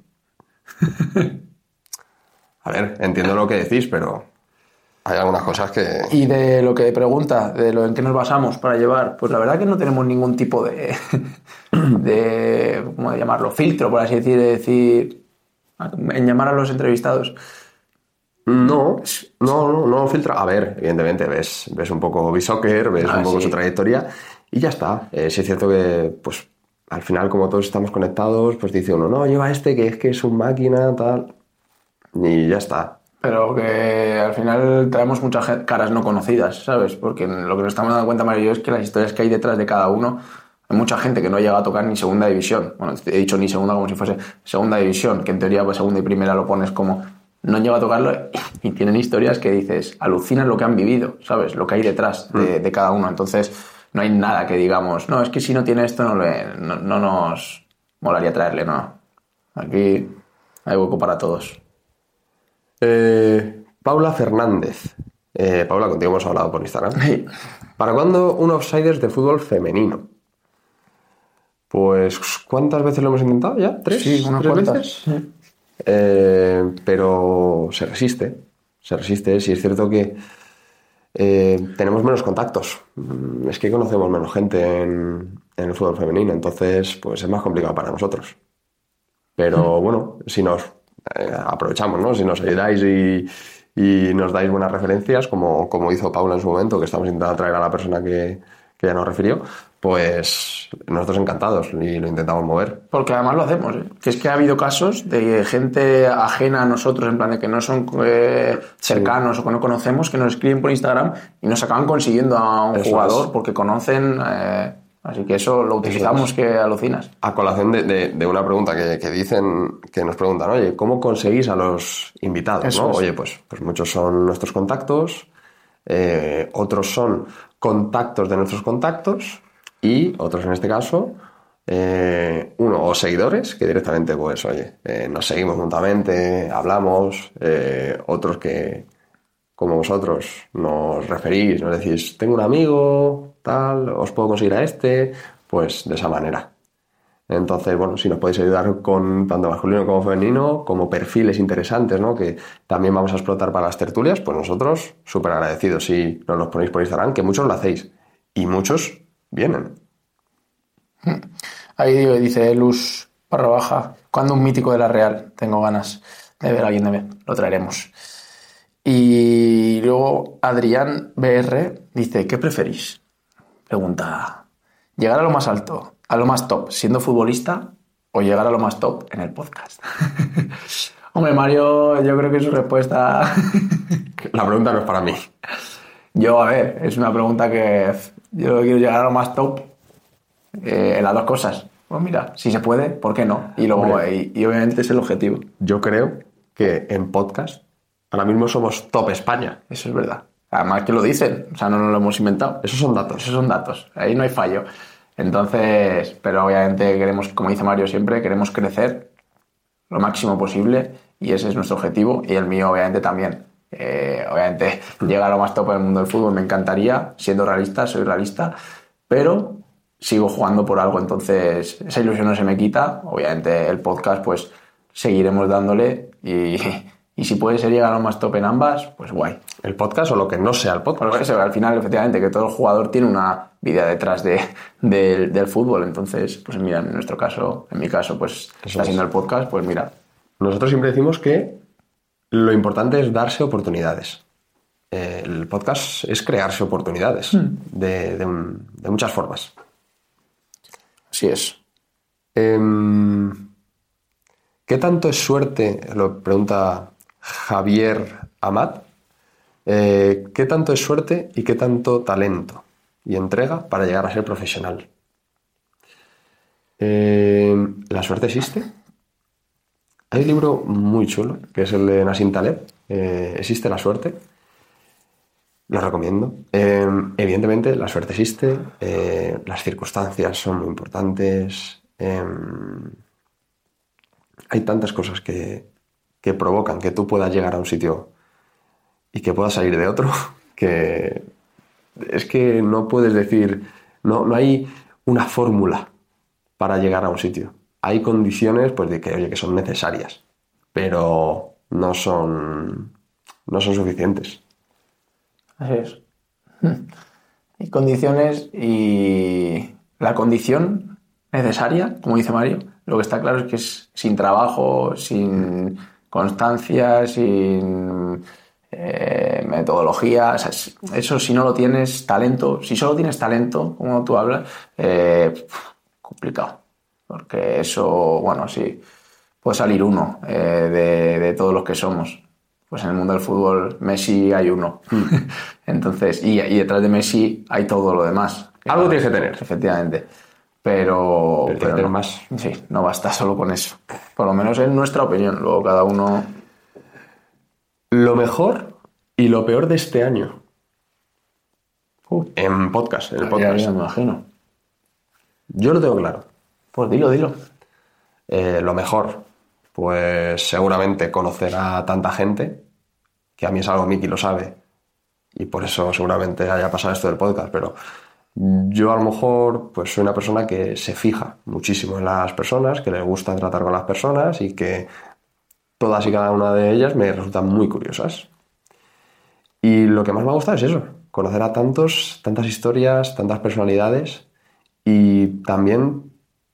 Speaker 1: A ver, entiendo lo que decís, pero hay algunas cosas que...
Speaker 2: Y de lo que pregunta, de lo en qué nos basamos para llevar, pues la verdad que no tenemos ningún tipo de, de ¿cómo llamarlo? Filtro, por así decir, de decir, en llamar a los entrevistados.
Speaker 1: No, no, no, no filtra. A ver, evidentemente, ves, ves un poco B-Soccer, ves ah, un poco sí. su trayectoria y ya está. Eh, sí es cierto que, pues, al final, como todos estamos conectados, pues dice uno, no, lleva este que es que es un máquina, tal, y ya está. Pero que al final traemos muchas caras no conocidas, ¿sabes? Porque lo que nos estamos dando cuenta, Mario y yo, es que las historias que hay detrás de cada uno, hay mucha gente que no llega a tocar ni segunda división. Bueno, he dicho ni segunda como si fuese segunda división, que en teoría pues segunda y primera lo pones como... No llega a tocarlo y tienen historias que dices, alucinan lo que han vivido, ¿sabes? Lo que hay detrás de, de cada uno. Entonces, no hay nada que digamos, no, es que si no tiene esto no, le, no, no nos molaría traerle, no. Aquí hay hueco para todos. Eh, Paula Fernández. Eh, Paula, contigo hemos hablado por Instagram.
Speaker 2: Sí.
Speaker 1: ¿Para cuándo un Outsiders de fútbol femenino? Pues, ¿cuántas veces lo hemos intentado ya? ¿Tres?
Speaker 2: Sí, unas
Speaker 1: ¿Tres
Speaker 2: cuantas.
Speaker 1: veces? Sí. Eh, pero se resiste, se resiste. Sí es cierto que eh, tenemos menos contactos. Es que conocemos menos gente en, en el fútbol femenino, entonces pues es más complicado para nosotros. Pero bueno, si nos eh, aprovechamos, ¿no? Si nos ayudáis y, y nos dais buenas referencias, como, como hizo Paula en su momento, que estamos intentando traer a la persona que, que ya nos refirió, pues nosotros encantados y lo intentamos mover.
Speaker 2: Porque además lo hacemos, ¿eh? Que es que ha habido casos de gente ajena a nosotros, en plan de que no son eh, cercanos sí. o que no conocemos, que nos escriben por Instagram y nos acaban consiguiendo a un eso jugador es. Porque conocen... Eh, así que eso lo utilizamos eso es. Que alucinas.
Speaker 1: A colación de, de, de una pregunta que, que dicen, que nos preguntan, oye, ¿cómo conseguís a los invitados? Eso ¿no? Es. Oye, pues, pues muchos son nuestros contactos, eh, otros son contactos de nuestros contactos y otros en este caso, eh, uno, o seguidores, que directamente, pues, oye, eh, nos seguimos mutuamente, hablamos, eh, otros que, como vosotros, nos referís, nos decís, tengo un amigo, tal, os puedo conseguir a este, pues de esa manera. Entonces, bueno, si nos podéis ayudar con tanto masculino como femenino, como perfiles interesantes, ¿no? Que también vamos a explotar para las tertulias, pues nosotros súper agradecidos si nos los ponéis por Instagram, que muchos lo hacéis y muchos vienen.
Speaker 2: Ahí dice Luz barra baja, ¿cuándo un mítico de la Real? Tengo ganas de ver a alguien de ver, lo traeremos. Y luego Adrián B R dice, ¿qué preferís? Pregunta, ¿llegar a lo más alto, a lo más top siendo futbolista o llegar a lo más top en el podcast? Hombre, Mario, yo creo que su respuesta...
Speaker 1: La pregunta no es para mí.
Speaker 2: Yo, a ver, es una pregunta que yo quiero llegar a lo más top eh, en las dos cosas. Pues mira, si se puede, ¿por qué no? Y luego, y, y obviamente es el objetivo.
Speaker 1: Yo creo que en podcast ahora mismo somos top España.
Speaker 2: Eso es verdad. Además que lo dicen, o sea, no nos lo hemos inventado.
Speaker 1: Esos son datos.
Speaker 2: Esos son datos, ahí no hay fallo. Entonces, pero obviamente queremos, como dice Mario siempre, queremos crecer lo máximo posible y ese es nuestro objetivo, y el mío obviamente también. Eh, obviamente llegar a lo más top en el mundo del fútbol me encantaría, siendo realista, soy realista, pero sigo jugando por algo, entonces esa ilusión no se me quita. Obviamente el podcast pues seguiremos dándole y, y si puede ser llegar a lo más top en ambas, pues guay.
Speaker 1: El podcast o lo que no sea el podcast.
Speaker 2: Porque eso, al final, efectivamente, que todo el jugador tiene una vida detrás de, de, del fútbol, entonces, pues mira, en nuestro caso, en mi caso, pues
Speaker 1: Eso
Speaker 2: está
Speaker 1: es.
Speaker 2: haciendo el podcast, pues mira.
Speaker 1: Nosotros siempre decimos que lo importante es darse oportunidades. Eh, el podcast es crearse oportunidades
Speaker 2: Mm.
Speaker 1: de, de, un- de muchas formas.
Speaker 2: Así es.
Speaker 1: Em, ¿Qué tanto es suerte? Lo pregunta Javier Amat. Eh, ¿qué tanto es suerte y qué tanto talento y entrega para llegar a ser profesional? Eh, ¿la suerte existe? Hay un libro muy chulo, que es el de Nassim Taleb, eh, ¿existe la suerte? Lo recomiendo. Eh, evidentemente, la suerte existe, eh, las circunstancias son muy importantes, eh, hay tantas cosas que, que provocan que tú puedas llegar a un sitio y que puedas salir de otro, que es que no puedes decir, no, no hay una fórmula para llegar a un sitio. Hay condiciones pues, de que, oye, que son necesarias, pero no son, no son suficientes.
Speaker 2: Así es. Y condiciones y la condición necesaria, como dice Mario, lo que está claro es que es sin trabajo, sin constancia, sin eh, metodología, o sea, es- eso si no lo tienes, talento, si solo tienes talento, como tú hablas, eh, complicado, porque eso, bueno, sí, puede salir uno eh, de, de todos los que somos. Pues en el mundo del fútbol Messi hay uno. Entonces, y, y detrás de Messi hay todo lo demás.
Speaker 1: Algo tienes que tener.
Speaker 2: Efectivamente. Pero,
Speaker 1: Pero tienes
Speaker 2: pero
Speaker 1: que tener
Speaker 2: no.
Speaker 1: más.
Speaker 2: Sí, no basta solo con eso. Por lo menos en nuestra opinión. Luego cada uno...
Speaker 1: Lo mejor y lo peor de este año
Speaker 2: Uh,
Speaker 1: en podcast, en el
Speaker 2: ya,
Speaker 1: podcast.
Speaker 2: ya me imagino.
Speaker 1: Yo lo tengo claro.
Speaker 2: Pues dilo, dilo.
Speaker 1: Eh, lo mejor, pues seguramente conocer a tanta gente, que a mí es algo, Miki lo sabe, y por eso seguramente haya pasado esto del podcast, pero yo a lo mejor pues soy una persona que se fija muchísimo en las personas, que le gusta tratar con las personas y que todas y cada una de ellas me resultan muy curiosas. Y lo que más me ha gustado es eso, conocer a tantos, tantas historias, tantas personalidades y también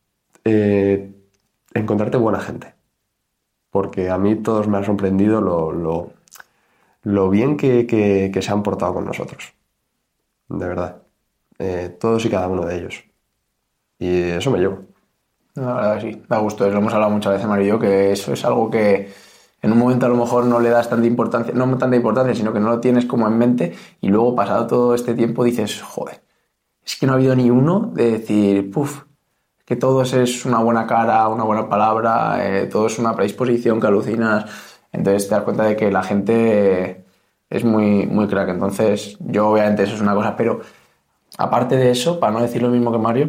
Speaker 1: eh, encontrarte buena gente. Porque a mí todos me han sorprendido lo, lo, lo bien que, que, que se han portado con nosotros. De verdad. Eh, todos y cada uno de ellos. Y eso me llevo.
Speaker 2: La verdad que sí, da gusto. Lo hemos hablado muchas veces, Mario y yo, que eso es algo que en un momento a lo mejor no le das tanta importancia, no tanta importancia, sino que no lo tienes como en mente y luego pasado todo este tiempo dices, joder, es que no ha habido ni uno de decir, puf, que todos es una buena cara, una buena palabra, eh, todo es una predisposición que alucinas. Entonces te das cuenta de que la gente es muy, muy crack. Entonces yo obviamente eso es una cosa, pero aparte de eso, para no decir lo mismo que Mario,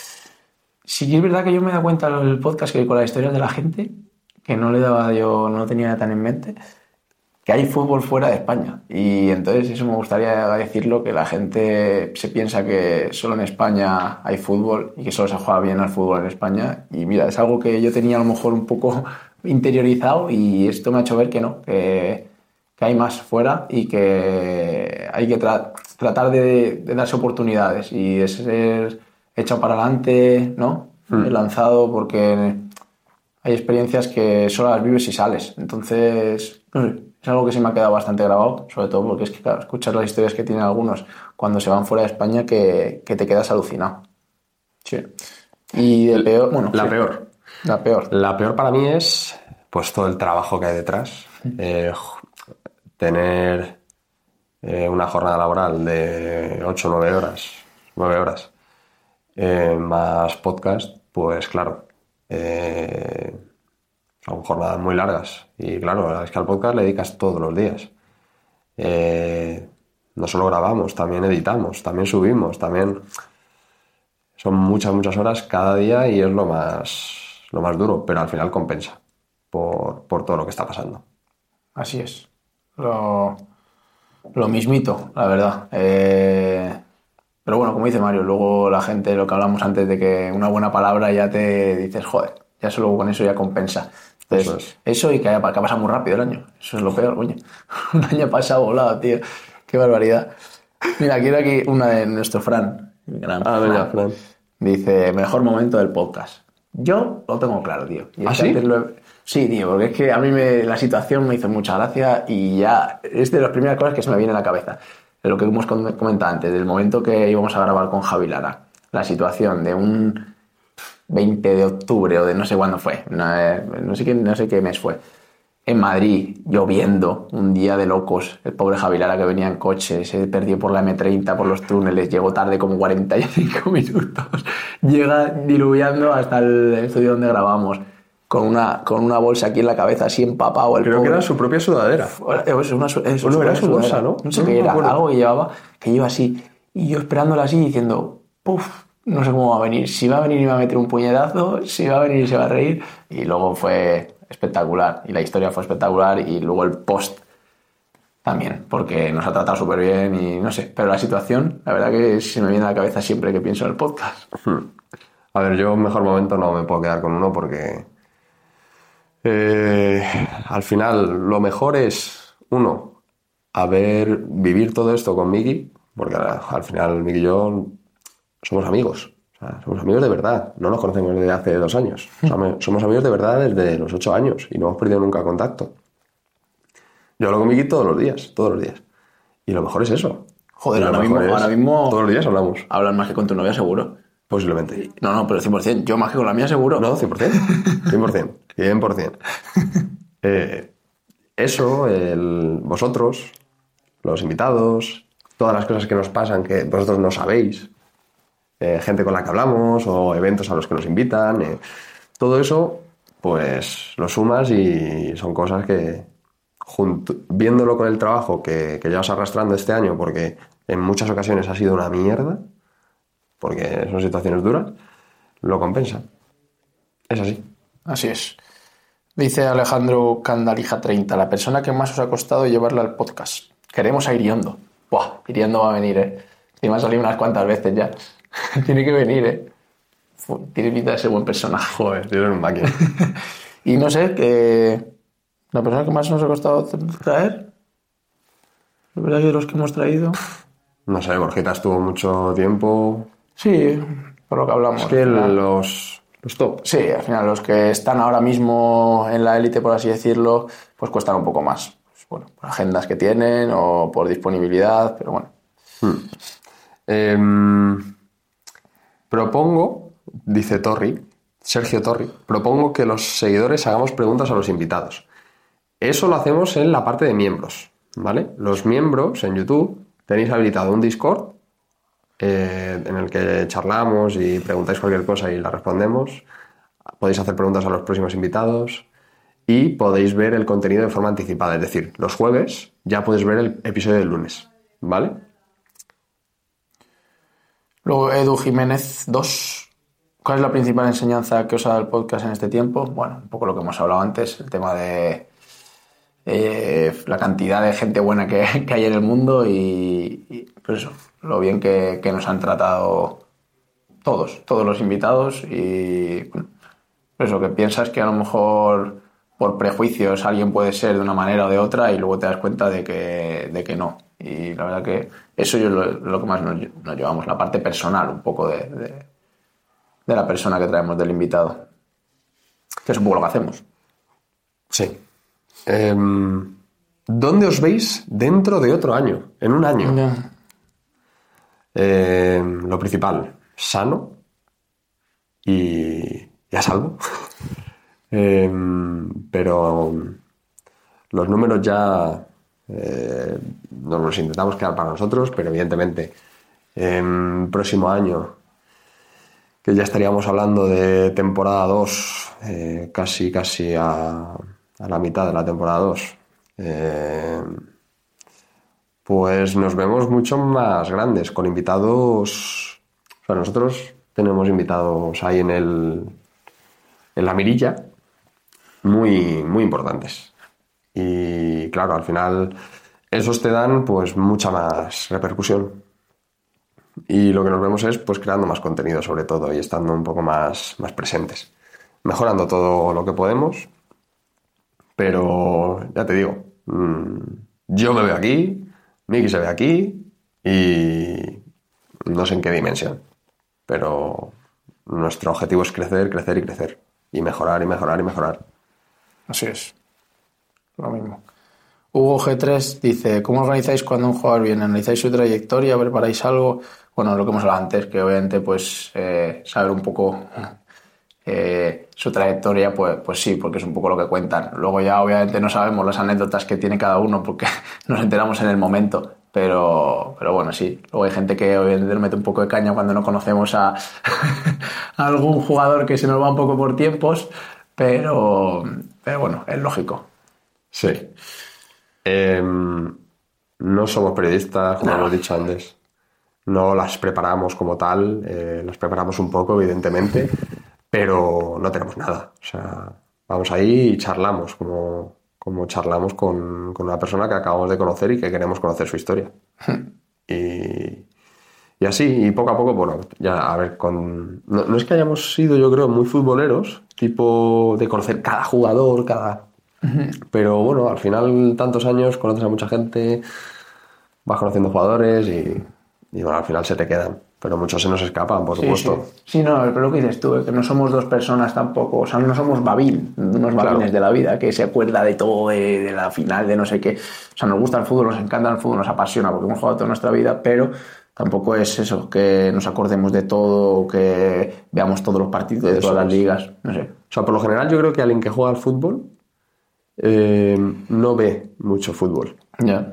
Speaker 2: sí que es verdad que yo me he dado cuenta en el podcast que con las historias de la gente, que no le daba yo, no lo tenía tan en mente, que hay fútbol fuera de España. Y entonces eso me gustaría decirlo, que la gente se piensa que solo en España hay fútbol y que solo se juega bien al fútbol en España. Y mira, es algo que yo tenía a lo mejor un poco interiorizado y esto me ha hecho ver que no, que, que hay más fuera y que hay que tra- tratar de, de darse oportunidades y de ser echado para adelante, ¿no?
Speaker 1: Mm.
Speaker 2: Lanzado, porque hay experiencias que solo las vives y sales. Entonces, no sé, es algo que se me ha quedado bastante grabado, sobre todo porque es que, claro, escuchas las historias que tienen algunos cuando se van fuera de España que, que te quedas alucinado. Sí. Y de peor, bueno,
Speaker 1: La
Speaker 2: sí,
Speaker 1: peor.
Speaker 2: la peor.
Speaker 1: La peor para mí es pues todo el trabajo que hay detrás. Eh, tener eh, una jornada laboral de ocho o nueve horas, nueve horas, eh, más podcast, pues claro, eh, son jornadas muy largas. Y claro, es que al podcast le dedicas todos los días. Eh, no solo grabamos, también editamos, también subimos, también... Son muchas, muchas horas cada día y es lo más, lo más duro, pero al final compensa. por, por todo lo que está pasando.
Speaker 2: Así es. Lo, lo mismito, la verdad. Eh, pero bueno, como dice Mario, luego la gente, lo que hablamos antes de que una buena palabra ya te dices, joder, ya solo con eso ya compensa. Entonces, eso, es. eso y que haya, que pasa muy rápido el año. Eso es lo peor, coño. Un año pasado volado, tío. Qué barbaridad. Mira, quiero aquí una de nuestro Fran. Gran
Speaker 1: ah,
Speaker 2: Fran.
Speaker 1: venga, Fran.
Speaker 2: Dice, mejor momento del podcast. Yo lo tengo claro, tío. Y
Speaker 1: ¿Ah, sí?
Speaker 2: Lo he... Sí, tío, porque es que a mí me, la situación me hizo mucha gracia y ya es de las primeras cosas que se me viene a la cabeza. De lo que hemos comentado antes, del momento que íbamos a grabar con Javi Lara. La situación de un veinte de octubre o de no sé cuándo fue, no, no, sé qué, no sé qué mes fue. En Madrid, lloviendo, un día de locos. El pobre Javi Lara que venía en coche, se perdió por la eme treinta, por los túneles, llegó tarde como cuarenta y cinco minutos. Llega diluviando hasta el estudio donde grabamos, con una, con una bolsa aquí en la cabeza, así empapado. El
Speaker 1: Creo
Speaker 2: pobre.
Speaker 1: que era su propia sudadera.
Speaker 2: Es una, es
Speaker 1: bueno, era su bolsa, ¿no?
Speaker 2: No sé
Speaker 1: no
Speaker 2: qué era,
Speaker 1: acuerdo.
Speaker 2: algo que llevaba, que iba así. Y yo esperándola así, diciendo, puf, no sé cómo va a venir. Si va a venir y me va a meter un puñetazo, si va a venir y se va a reír. Y luego fue espectacular, y la historia fue espectacular, y luego el post también, porque nos ha tratado súper bien y no sé, pero la situación, la verdad que se me viene a la cabeza siempre que pienso en el podcast.
Speaker 1: A ver, yo mejor momento no me puedo quedar con uno porque eh, al final lo mejor es, uno, haber vivir todo esto con Miki, porque al, al final Miki y yo somos amigos. O sea, somos amigos de verdad, no nos conocemos desde hace dos años. Somos, somos amigos de verdad desde los ocho años y no hemos perdido nunca contacto. Yo hablo con Miki todos los días, todos los días. Y lo mejor es eso.
Speaker 2: Joder, ahora mismo, ahora mismo...
Speaker 1: Todos los días hablamos.
Speaker 2: Hablas más que con tu novia, seguro.
Speaker 1: Posiblemente.
Speaker 2: No, no, pero cien por ciento. Yo más que con la mía, seguro.
Speaker 1: No, cien por ciento. cien por ciento. cien por ciento. eh, eso, el, vosotros, los invitados, todas las cosas que nos pasan que vosotros no sabéis... Eh, gente con la que hablamos o eventos a los que nos invitan, eh, todo eso pues lo sumas y son cosas que junto, viéndolo con el trabajo que, que llevas arrastrando este año, porque en muchas ocasiones ha sido una mierda, porque son situaciones duras, lo compensa. Es así.
Speaker 2: Así es. Dice Alejandro Candalija treinta, la persona que más os ha costado llevarla al podcast. Queremos a Iriondo. Buah, Iriondo va a venir, eh. Y me ha salido unas cuantas veces ya. Tiene que venir, ¿eh? Tiene pinta de ser buen personaje.
Speaker 1: Joder, tienes un máquina.
Speaker 2: Y no sé, que la persona que más nos ha costado traer, la verdad que de los que hemos traído...
Speaker 1: No sé, Borjita estuvo mucho tiempo...
Speaker 2: Sí, por lo que hablamos.
Speaker 1: Es que los, los top.
Speaker 2: Sí, al final los que están ahora mismo en la élite, por así decirlo, pues cuestan un poco más. Pues, bueno, por agendas que tienen o por disponibilidad, pero bueno.
Speaker 1: Hmm. Eh... Propongo, dice Torri, Sergio Torri, propongo que los seguidores hagamos preguntas a los invitados. Eso lo hacemos en la parte de miembros, ¿vale? Los miembros en YouTube tenéis habilitado un Discord eh, en el que charlamos y preguntáis cualquier cosa y la respondemos. Podéis hacer preguntas a los próximos invitados y podéis ver el contenido de forma anticipada. Es decir, los jueves ya podéis ver el episodio del lunes, ¿vale?
Speaker 2: Luego Edu Jiménez dos. ¿Cuál es la principal enseñanza que os ha dado el podcast en este tiempo? Bueno, un poco lo que hemos hablado antes, el tema de eh, la cantidad de gente buena que, que hay en el mundo y, y pues eso, lo bien que, que nos han tratado todos, todos los invitados y bueno, pues eso, que piensas que a lo mejor por prejuicios alguien puede ser de una manera o de otra y luego te das cuenta de que, de que no. Y la verdad que eso es lo, lo que más nos, nos llevamos, la parte personal un poco de, de, de la persona que traemos, del invitado. Que es un poco lo que hacemos.
Speaker 1: Sí. Eh, ¿Dónde os veis dentro de otro año? En un año.
Speaker 2: Yeah.
Speaker 1: Eh, lo principal, sano y, y a salvo. eh, pero los números ya... Eh, nos los intentamos quedar para nosotros, pero evidentemente en eh, próximo año, que ya estaríamos hablando de temporada dos, eh, casi casi a, a la mitad de la temporada dos, eh, pues nos vemos mucho más grandes, con invitados. O sea, nosotros tenemos invitados ahí en el en la mirilla, muy, muy importantes. Y claro, al final esos te dan pues mucha más repercusión. Y lo que nos vemos es pues creando más contenido sobre todo y estando un poco más, más presentes. Mejorando todo lo que podemos. Pero ya te digo, mmm, yo me veo aquí, Miki se ve aquí y no sé en qué dimensión. Pero nuestro objetivo es crecer, crecer y crecer. Y mejorar y mejorar y mejorar.
Speaker 2: Así es. Lo mismo. Hugo G tres dice, ¿cómo organizáis cuando un jugador viene? ¿Analizáis su trayectoria? ¿Preparáis algo? Bueno, lo que hemos hablado antes, que obviamente pues eh, saber un poco eh, su trayectoria, pues, pues sí, porque es un poco lo que cuentan. Luego ya obviamente no sabemos las anécdotas que tiene cada uno porque nos enteramos en el momento. Pero, pero bueno, sí. Luego hay gente que obviamente nos mete un poco de caña cuando no conocemos a, a algún jugador que se nos va un poco por tiempos, pero, pero bueno, es lógico.
Speaker 1: Sí. Eh, no somos periodistas, como no. hemos dicho antes. No las preparamos como tal, eh, las preparamos un poco, evidentemente, pero no tenemos nada. O sea, vamos ahí y charlamos, como, como charlamos con, con una persona que acabamos de conocer y que queremos conocer su historia. y, y así, y poco a poco, bueno, ya a ver, con no, no es que hayamos sido, yo creo, muy futboleros, tipo de conocer cada jugador, cada... Pero bueno, al final, tantos años, conoces a mucha gente, vas conociendo jugadores y, y bueno, al final se te quedan. Pero muchos se nos escapan, por
Speaker 2: sí,
Speaker 1: supuesto.
Speaker 2: Sí. sí, no, pero lo que dices tú, que no somos dos personas tampoco, o sea, no somos Babil, unos babines claro. de la vida, que se acuerda de todo, de, de la final, de no sé qué. O sea, nos gusta el fútbol, nos encanta el fútbol, nos apasiona porque hemos jugado toda nuestra vida, pero tampoco es eso, que nos acordemos de todo, que veamos todos los partidos de eso todas las ligas, no sé.
Speaker 1: O sea, por lo general yo creo que alguien que juega al fútbol eh, no ve mucho fútbol.
Speaker 2: Ya. Yeah.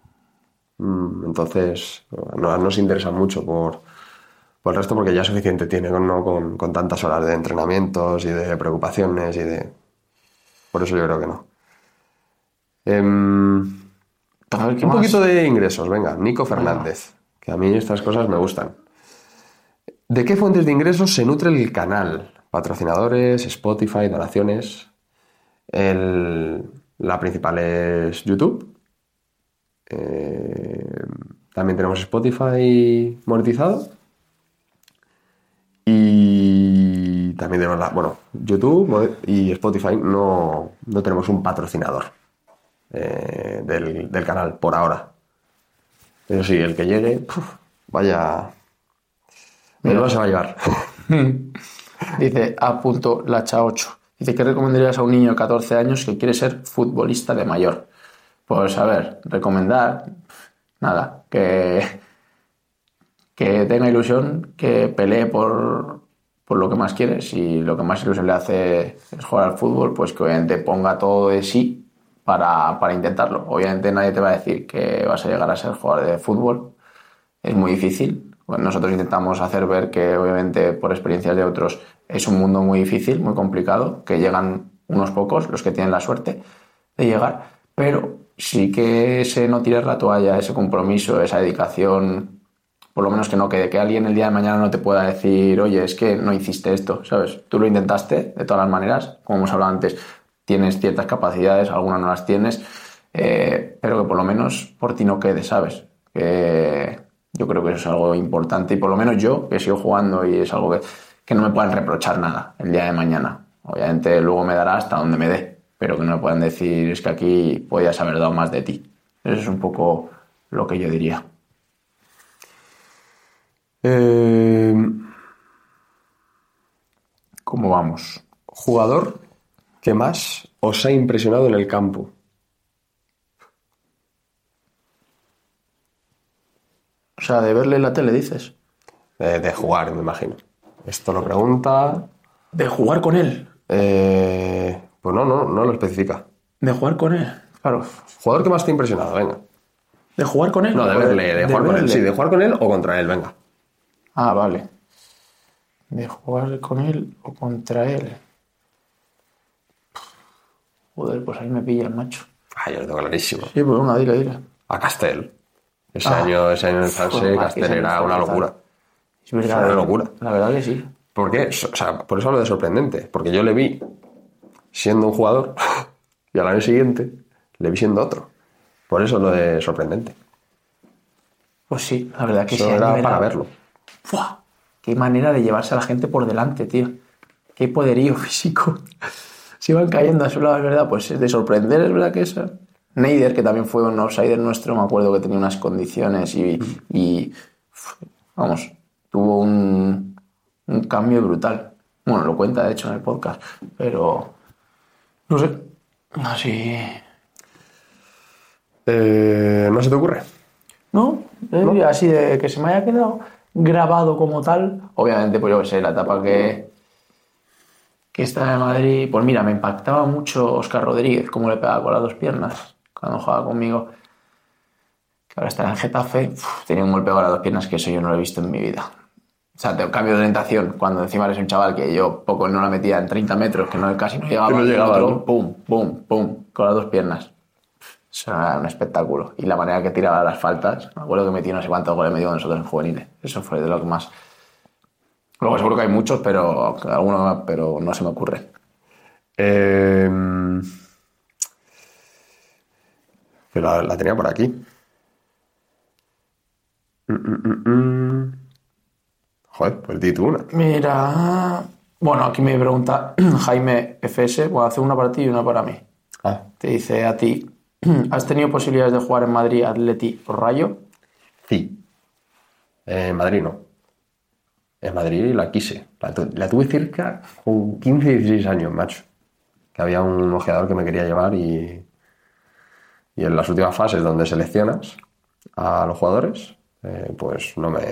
Speaker 1: Entonces, no nos interesa mucho por, por el resto porque ya suficiente tiene, ¿no? con, con tantas horas de entrenamientos y de preocupaciones y de... Por eso yo creo que no. Eh, un más? poquito de ingresos, venga. Nico Fernández, ah. que a mí estas cosas me gustan. ¿De qué fuentes de ingresos se nutre el canal? Patrocinadores, Spotify, donaciones. El, la principal es YouTube. Eh, también tenemos Spotify monetizado y también tenemos la, bueno, YouTube y Spotify no, no tenemos un patrocinador eh, del, del canal por ahora. Pero sí, el que llegue, puf, vaya, no se va a llevar.
Speaker 2: Dice A. Lacha ocho. Dice, ¿qué recomendarías a un niño de catorce años que quiere ser futbolista de mayor? Pues a ver, recomendar, nada, que, que tenga ilusión, que pelee por, por lo que más quiere. Si lo que más ilusión le hace es jugar al fútbol, pues que obviamente ponga todo de sí para, para intentarlo. Obviamente nadie te va a decir que vas a llegar a ser jugador de fútbol, es muy difícil. Bueno, nosotros intentamos hacer ver que obviamente por experiencias de otros es un mundo muy difícil, muy complicado, que llegan unos pocos, los que tienen la suerte de llegar, pero sí que ese no tirar la toalla, ese compromiso, esa dedicación, por lo menos que no quede, que alguien el día de mañana no te pueda decir, oye, es que no hiciste esto, ¿sabes? Tú lo intentaste de todas las maneras, como hemos hablado antes, tienes ciertas capacidades, algunas no las tienes, eh, pero que por lo menos por ti no quede, ¿sabes? Que yo creo que eso es algo importante y por lo menos yo, que sigo jugando y es algo que, que no me puedan reprochar nada el día de mañana. Obviamente luego me dará hasta donde me dé, pero que no me puedan decir es que aquí podías haber dado más de ti. Eso es un poco lo que yo diría.
Speaker 1: Eh...
Speaker 2: ¿Cómo vamos?
Speaker 1: Jugador que más os ha impresionado en el campo.
Speaker 2: O sea, de verle en la tele, dices.
Speaker 1: De, de jugar, me imagino. Esto lo pregunta.
Speaker 2: ¿De jugar con él?
Speaker 1: Eh... Pues no, no, no lo especifica.
Speaker 2: ¿De jugar con él? Claro.
Speaker 1: ¿Jugador que más te ha impresionado? Venga.
Speaker 2: ¿De jugar con él?
Speaker 1: No, de verle, de, de jugar verle. con él. Sí, de jugar con él o contra él, venga.
Speaker 2: Ah, vale. De jugar con él o contra él. Joder, pues ahí me pilla el macho.
Speaker 1: Ay, yo lo tengo clarísimo.
Speaker 2: Sí, pues una, dile, dile.
Speaker 1: A Castel. Ese ah. año, ese año en el Francés, Castel era una locura.
Speaker 2: Es verdad. Era una locura. La verdad que sí.
Speaker 1: ¿Por qué? O sea, por eso hablo de sorprendente. Porque yo le vi... siendo un jugador y al año siguiente le vi siendo otro. Por eso lo de sorprendente.
Speaker 2: Pues sí, la verdad que
Speaker 1: eso
Speaker 2: sí.
Speaker 1: Era para era... verlo.
Speaker 2: ¡Fua! Qué manera de llevarse a la gente por delante, tío. Qué poderío físico. Se iban cayendo a su lado, es verdad. Pues de sorprender, es verdad que eso. Neider, que también fue un outsider nuestro, me acuerdo que tenía unas condiciones y, y vamos, tuvo un, un cambio brutal. Bueno, lo cuenta de hecho en el podcast, pero no sé, así...
Speaker 1: Eh, ¿No se te ocurre?
Speaker 2: No, ¿No? Así de que se me haya quedado grabado como tal. Obviamente, pues yo que sé, la etapa que, que está en Madrid, pues mira, me impactaba mucho Óscar Rodríguez, cómo le pegaba con las dos piernas cuando jugaba conmigo. Que ahora está en el Getafe, uf, tenía un golpe con las dos piernas que eso yo no lo he visto en mi vida. O sea, te cambio de orientación cuando encima eres un chaval que yo poco no la metía en treinta metros, que no, casi no llegaba,
Speaker 1: no llegaba
Speaker 2: otro,
Speaker 1: ¿no?
Speaker 2: pum, pum, pum, con las dos piernas. Eso era un espectáculo. Y la manera que tiraba las faltas, me acuerdo que metí no sé cuántos goles me dio nosotros en juveniles. Eso fue de lo que más. Luego seguro que hay muchos, pero alguno, pero no se me ocurre.
Speaker 1: Eh... Pero la, la tenía por aquí. Mm, mm, mm. Joder, pues di tú una.
Speaker 2: Mira. Bueno, aquí me pregunta Jaime F S. Voy a hacer una para ti y una para mí.
Speaker 1: Ah.
Speaker 2: Te dice a ti: ¿has tenido posibilidades de jugar en Madrid, Atleti o Rayo?
Speaker 1: Sí. En eh, Madrid no. En Madrid la quise. La, tu, la tuve cerca con quince, dieciséis años, macho. Que había un ojeador que me quería llevar y. Y en las últimas fases donde seleccionas a los jugadores, eh, pues no me,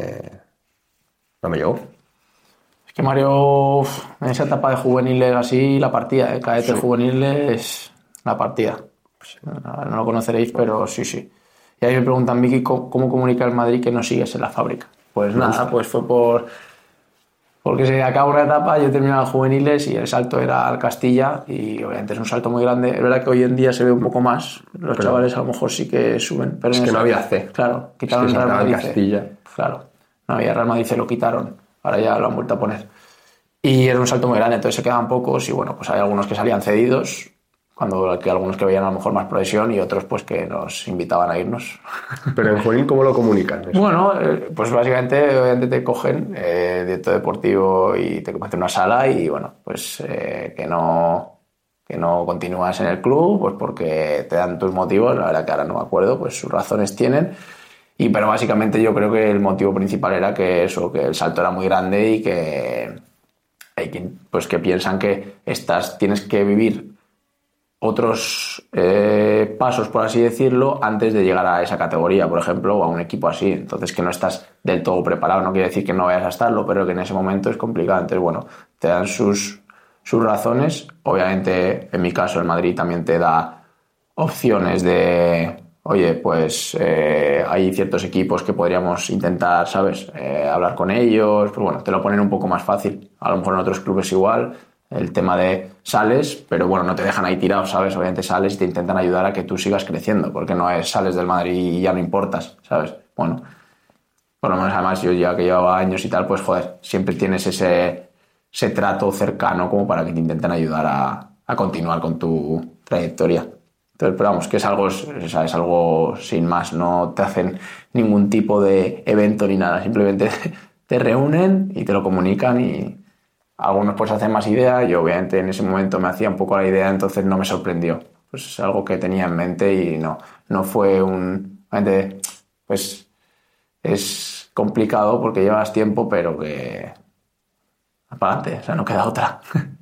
Speaker 1: no me llegó.
Speaker 2: Es que Mario, en esa etapa de juveniles así, la partida, ¿eh? Cadete sí. Juveniles, la partida. Sí. No, no lo conoceréis, pero sí, sí. Y ahí me preguntan, Miki, ¿cómo, cómo comunica el Madrid que no sigues en la fábrica? Pues me nada, gusta. Pues fue por... Porque se acaba una etapa, yo terminaba juveniles y el salto era al Castilla y obviamente es un salto muy grande. Es verdad que hoy en día se ve un poco más, los pero, chavales a lo mejor sí que suben. Pero
Speaker 1: es que no había C.
Speaker 2: Claro, quitaron
Speaker 1: es que
Speaker 2: el Real Madrid.
Speaker 1: Castilla.
Speaker 2: Claro, no había Real Madrid, se lo quitaron, ahora ya lo han vuelto a poner. Y era un salto muy grande, entonces se quedaban pocos y bueno, pues hay algunos que salían cedidos, cuando que algunos que veían a lo mejor más progresión y otros pues que nos invitaban a irnos.
Speaker 1: Pero en juvenil, ¿cómo lo comunican?
Speaker 2: Eso? Bueno, eh, pues básicamente obviamente te cogen eh, directo deportivo y te meten en una sala y bueno, pues eh, que no que no continúas en el club, pues porque te dan tus motivos, la verdad que ahora no me acuerdo, pues sus razones tienen. Y pero básicamente yo creo que el motivo principal era que eso, que el salto era muy grande y que hay quien pues que piensan que estás tienes que vivir otros eh, pasos, por así decirlo, antes de llegar a esa categoría, por ejemplo, o a un equipo así. Entonces, que no estás del todo preparado. No quiere decir que no vayas a estarlo, pero que en ese momento es complicado. Entonces, bueno, te dan sus, sus razones. Obviamente, en mi caso, el Madrid también te da opciones de, oye, pues eh, hay ciertos equipos que podríamos intentar, ¿sabes?, eh, hablar con ellos. Pues bueno, te lo ponen un poco más fácil. A lo mejor en otros clubes igual. El tema de sales, pero bueno, no te dejan ahí tirado, ¿sabes? Obviamente sales y te intentan ayudar a que tú sigas creciendo, porque no es sales del Madrid y ya no importas, ¿sabes? Bueno, por lo menos además yo ya que llevaba años y tal, pues joder, siempre tienes ese, ese trato cercano como para que te intenten ayudar a, a continuar con tu trayectoria. Entonces, pero vamos, que es algo, o sea, es algo sin más, no te hacen ningún tipo de evento ni nada, simplemente te reúnen y te lo comunican y... Algunos pues hacen más idea, yo obviamente en ese momento me hacía un poco la idea, entonces no me sorprendió. Pues es algo que tenía en mente y no, no fue un... Pues es complicado porque llevas tiempo, pero que... para adelante, o sea, no queda otra.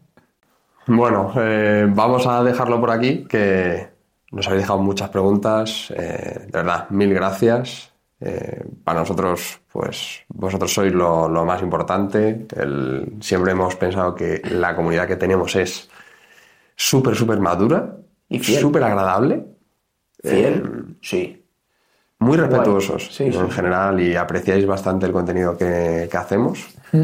Speaker 1: Bueno, eh, vamos a dejarlo por aquí, que nos habéis dejado muchas preguntas. Eh, de verdad, mil gracias. Eh, para nosotros, pues vosotros sois lo, lo más importante. El, siempre hemos pensado que la comunidad que tenemos es súper, súper madura y súper agradable.
Speaker 2: Fiel, eh, sí.
Speaker 1: Muy respetuosos
Speaker 2: sí,
Speaker 1: en
Speaker 2: sí,
Speaker 1: general
Speaker 2: sí.
Speaker 1: Y apreciáis bastante el contenido que, que hacemos. Mm.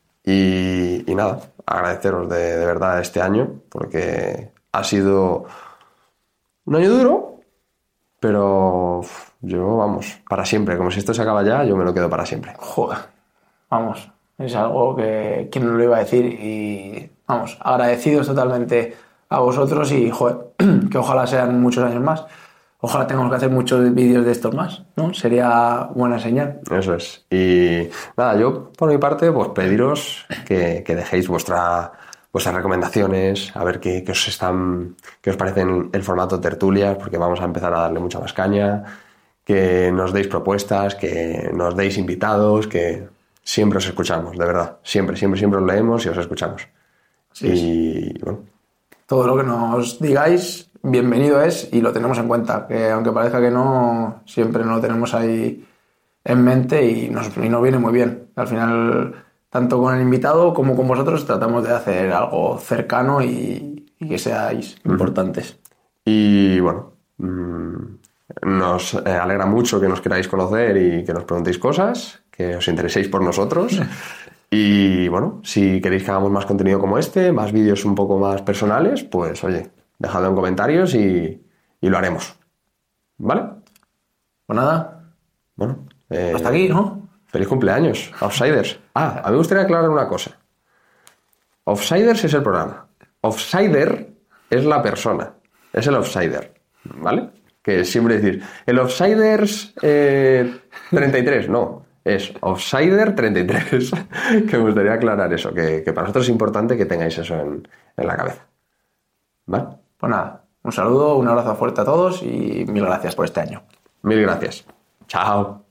Speaker 1: Y, y nada, agradeceros de, de verdad este año, porque ha sido un año duro, pero... Yo, vamos, para siempre. Como si esto se acaba ya, yo me lo quedo para siempre.
Speaker 2: Joder, vamos, es algo que quién no lo iba a decir y, vamos, agradecidos totalmente a vosotros y, joder, que ojalá sean muchos años más. Ojalá tengamos que hacer muchos vídeos de estos más, ¿no? Sería buena señal.
Speaker 1: Eso es. Y nada, yo por mi parte, pues pediros que, que dejéis vuestra, vuestras recomendaciones, a ver qué, qué os están, qué os parecen el formato tertulias, porque vamos a empezar a darle mucha más caña, que nos deis propuestas, que nos deis invitados, que siempre os escuchamos, de verdad. Siempre, siempre, siempre os leemos y os escuchamos.
Speaker 2: Sí,
Speaker 1: y
Speaker 2: sí.
Speaker 1: bueno.
Speaker 2: Todo lo que nos digáis, bienvenido es y lo tenemos en cuenta, que aunque parezca que no, siempre nos lo tenemos ahí en mente y nos, y nos viene muy bien. Al final, tanto con el invitado como con vosotros, tratamos de hacer algo cercano y, y que seáis uh-huh. importantes.
Speaker 1: Y bueno, mmm, nos eh, alegra mucho que nos queráis conocer y que nos preguntéis cosas, que os intereséis por nosotros. Y bueno, si queréis que hagamos más contenido como este, más vídeos un poco más personales, pues oye, dejadlo en comentarios y, y lo haremos. ¿Vale?
Speaker 2: Pues nada.
Speaker 1: Bueno. Eh,
Speaker 2: hasta aquí, ¿no?
Speaker 1: Feliz cumpleaños, Offsiders. Ah, a mí me gustaría aclarar una cosa. Offsiders es el programa. Offsider es la persona. Es el Offsider. ¿Vale? Que siempre decir, el Offsiders eh, treinta y tres, no. Es Offsider treinta y tres, que me gustaría aclarar eso, que, que para nosotros es importante que tengáis eso en, en la cabeza. ¿Vale?
Speaker 2: Pues nada, un saludo, un abrazo fuerte a todos y mil gracias por este año.
Speaker 1: Mil gracias. Chao.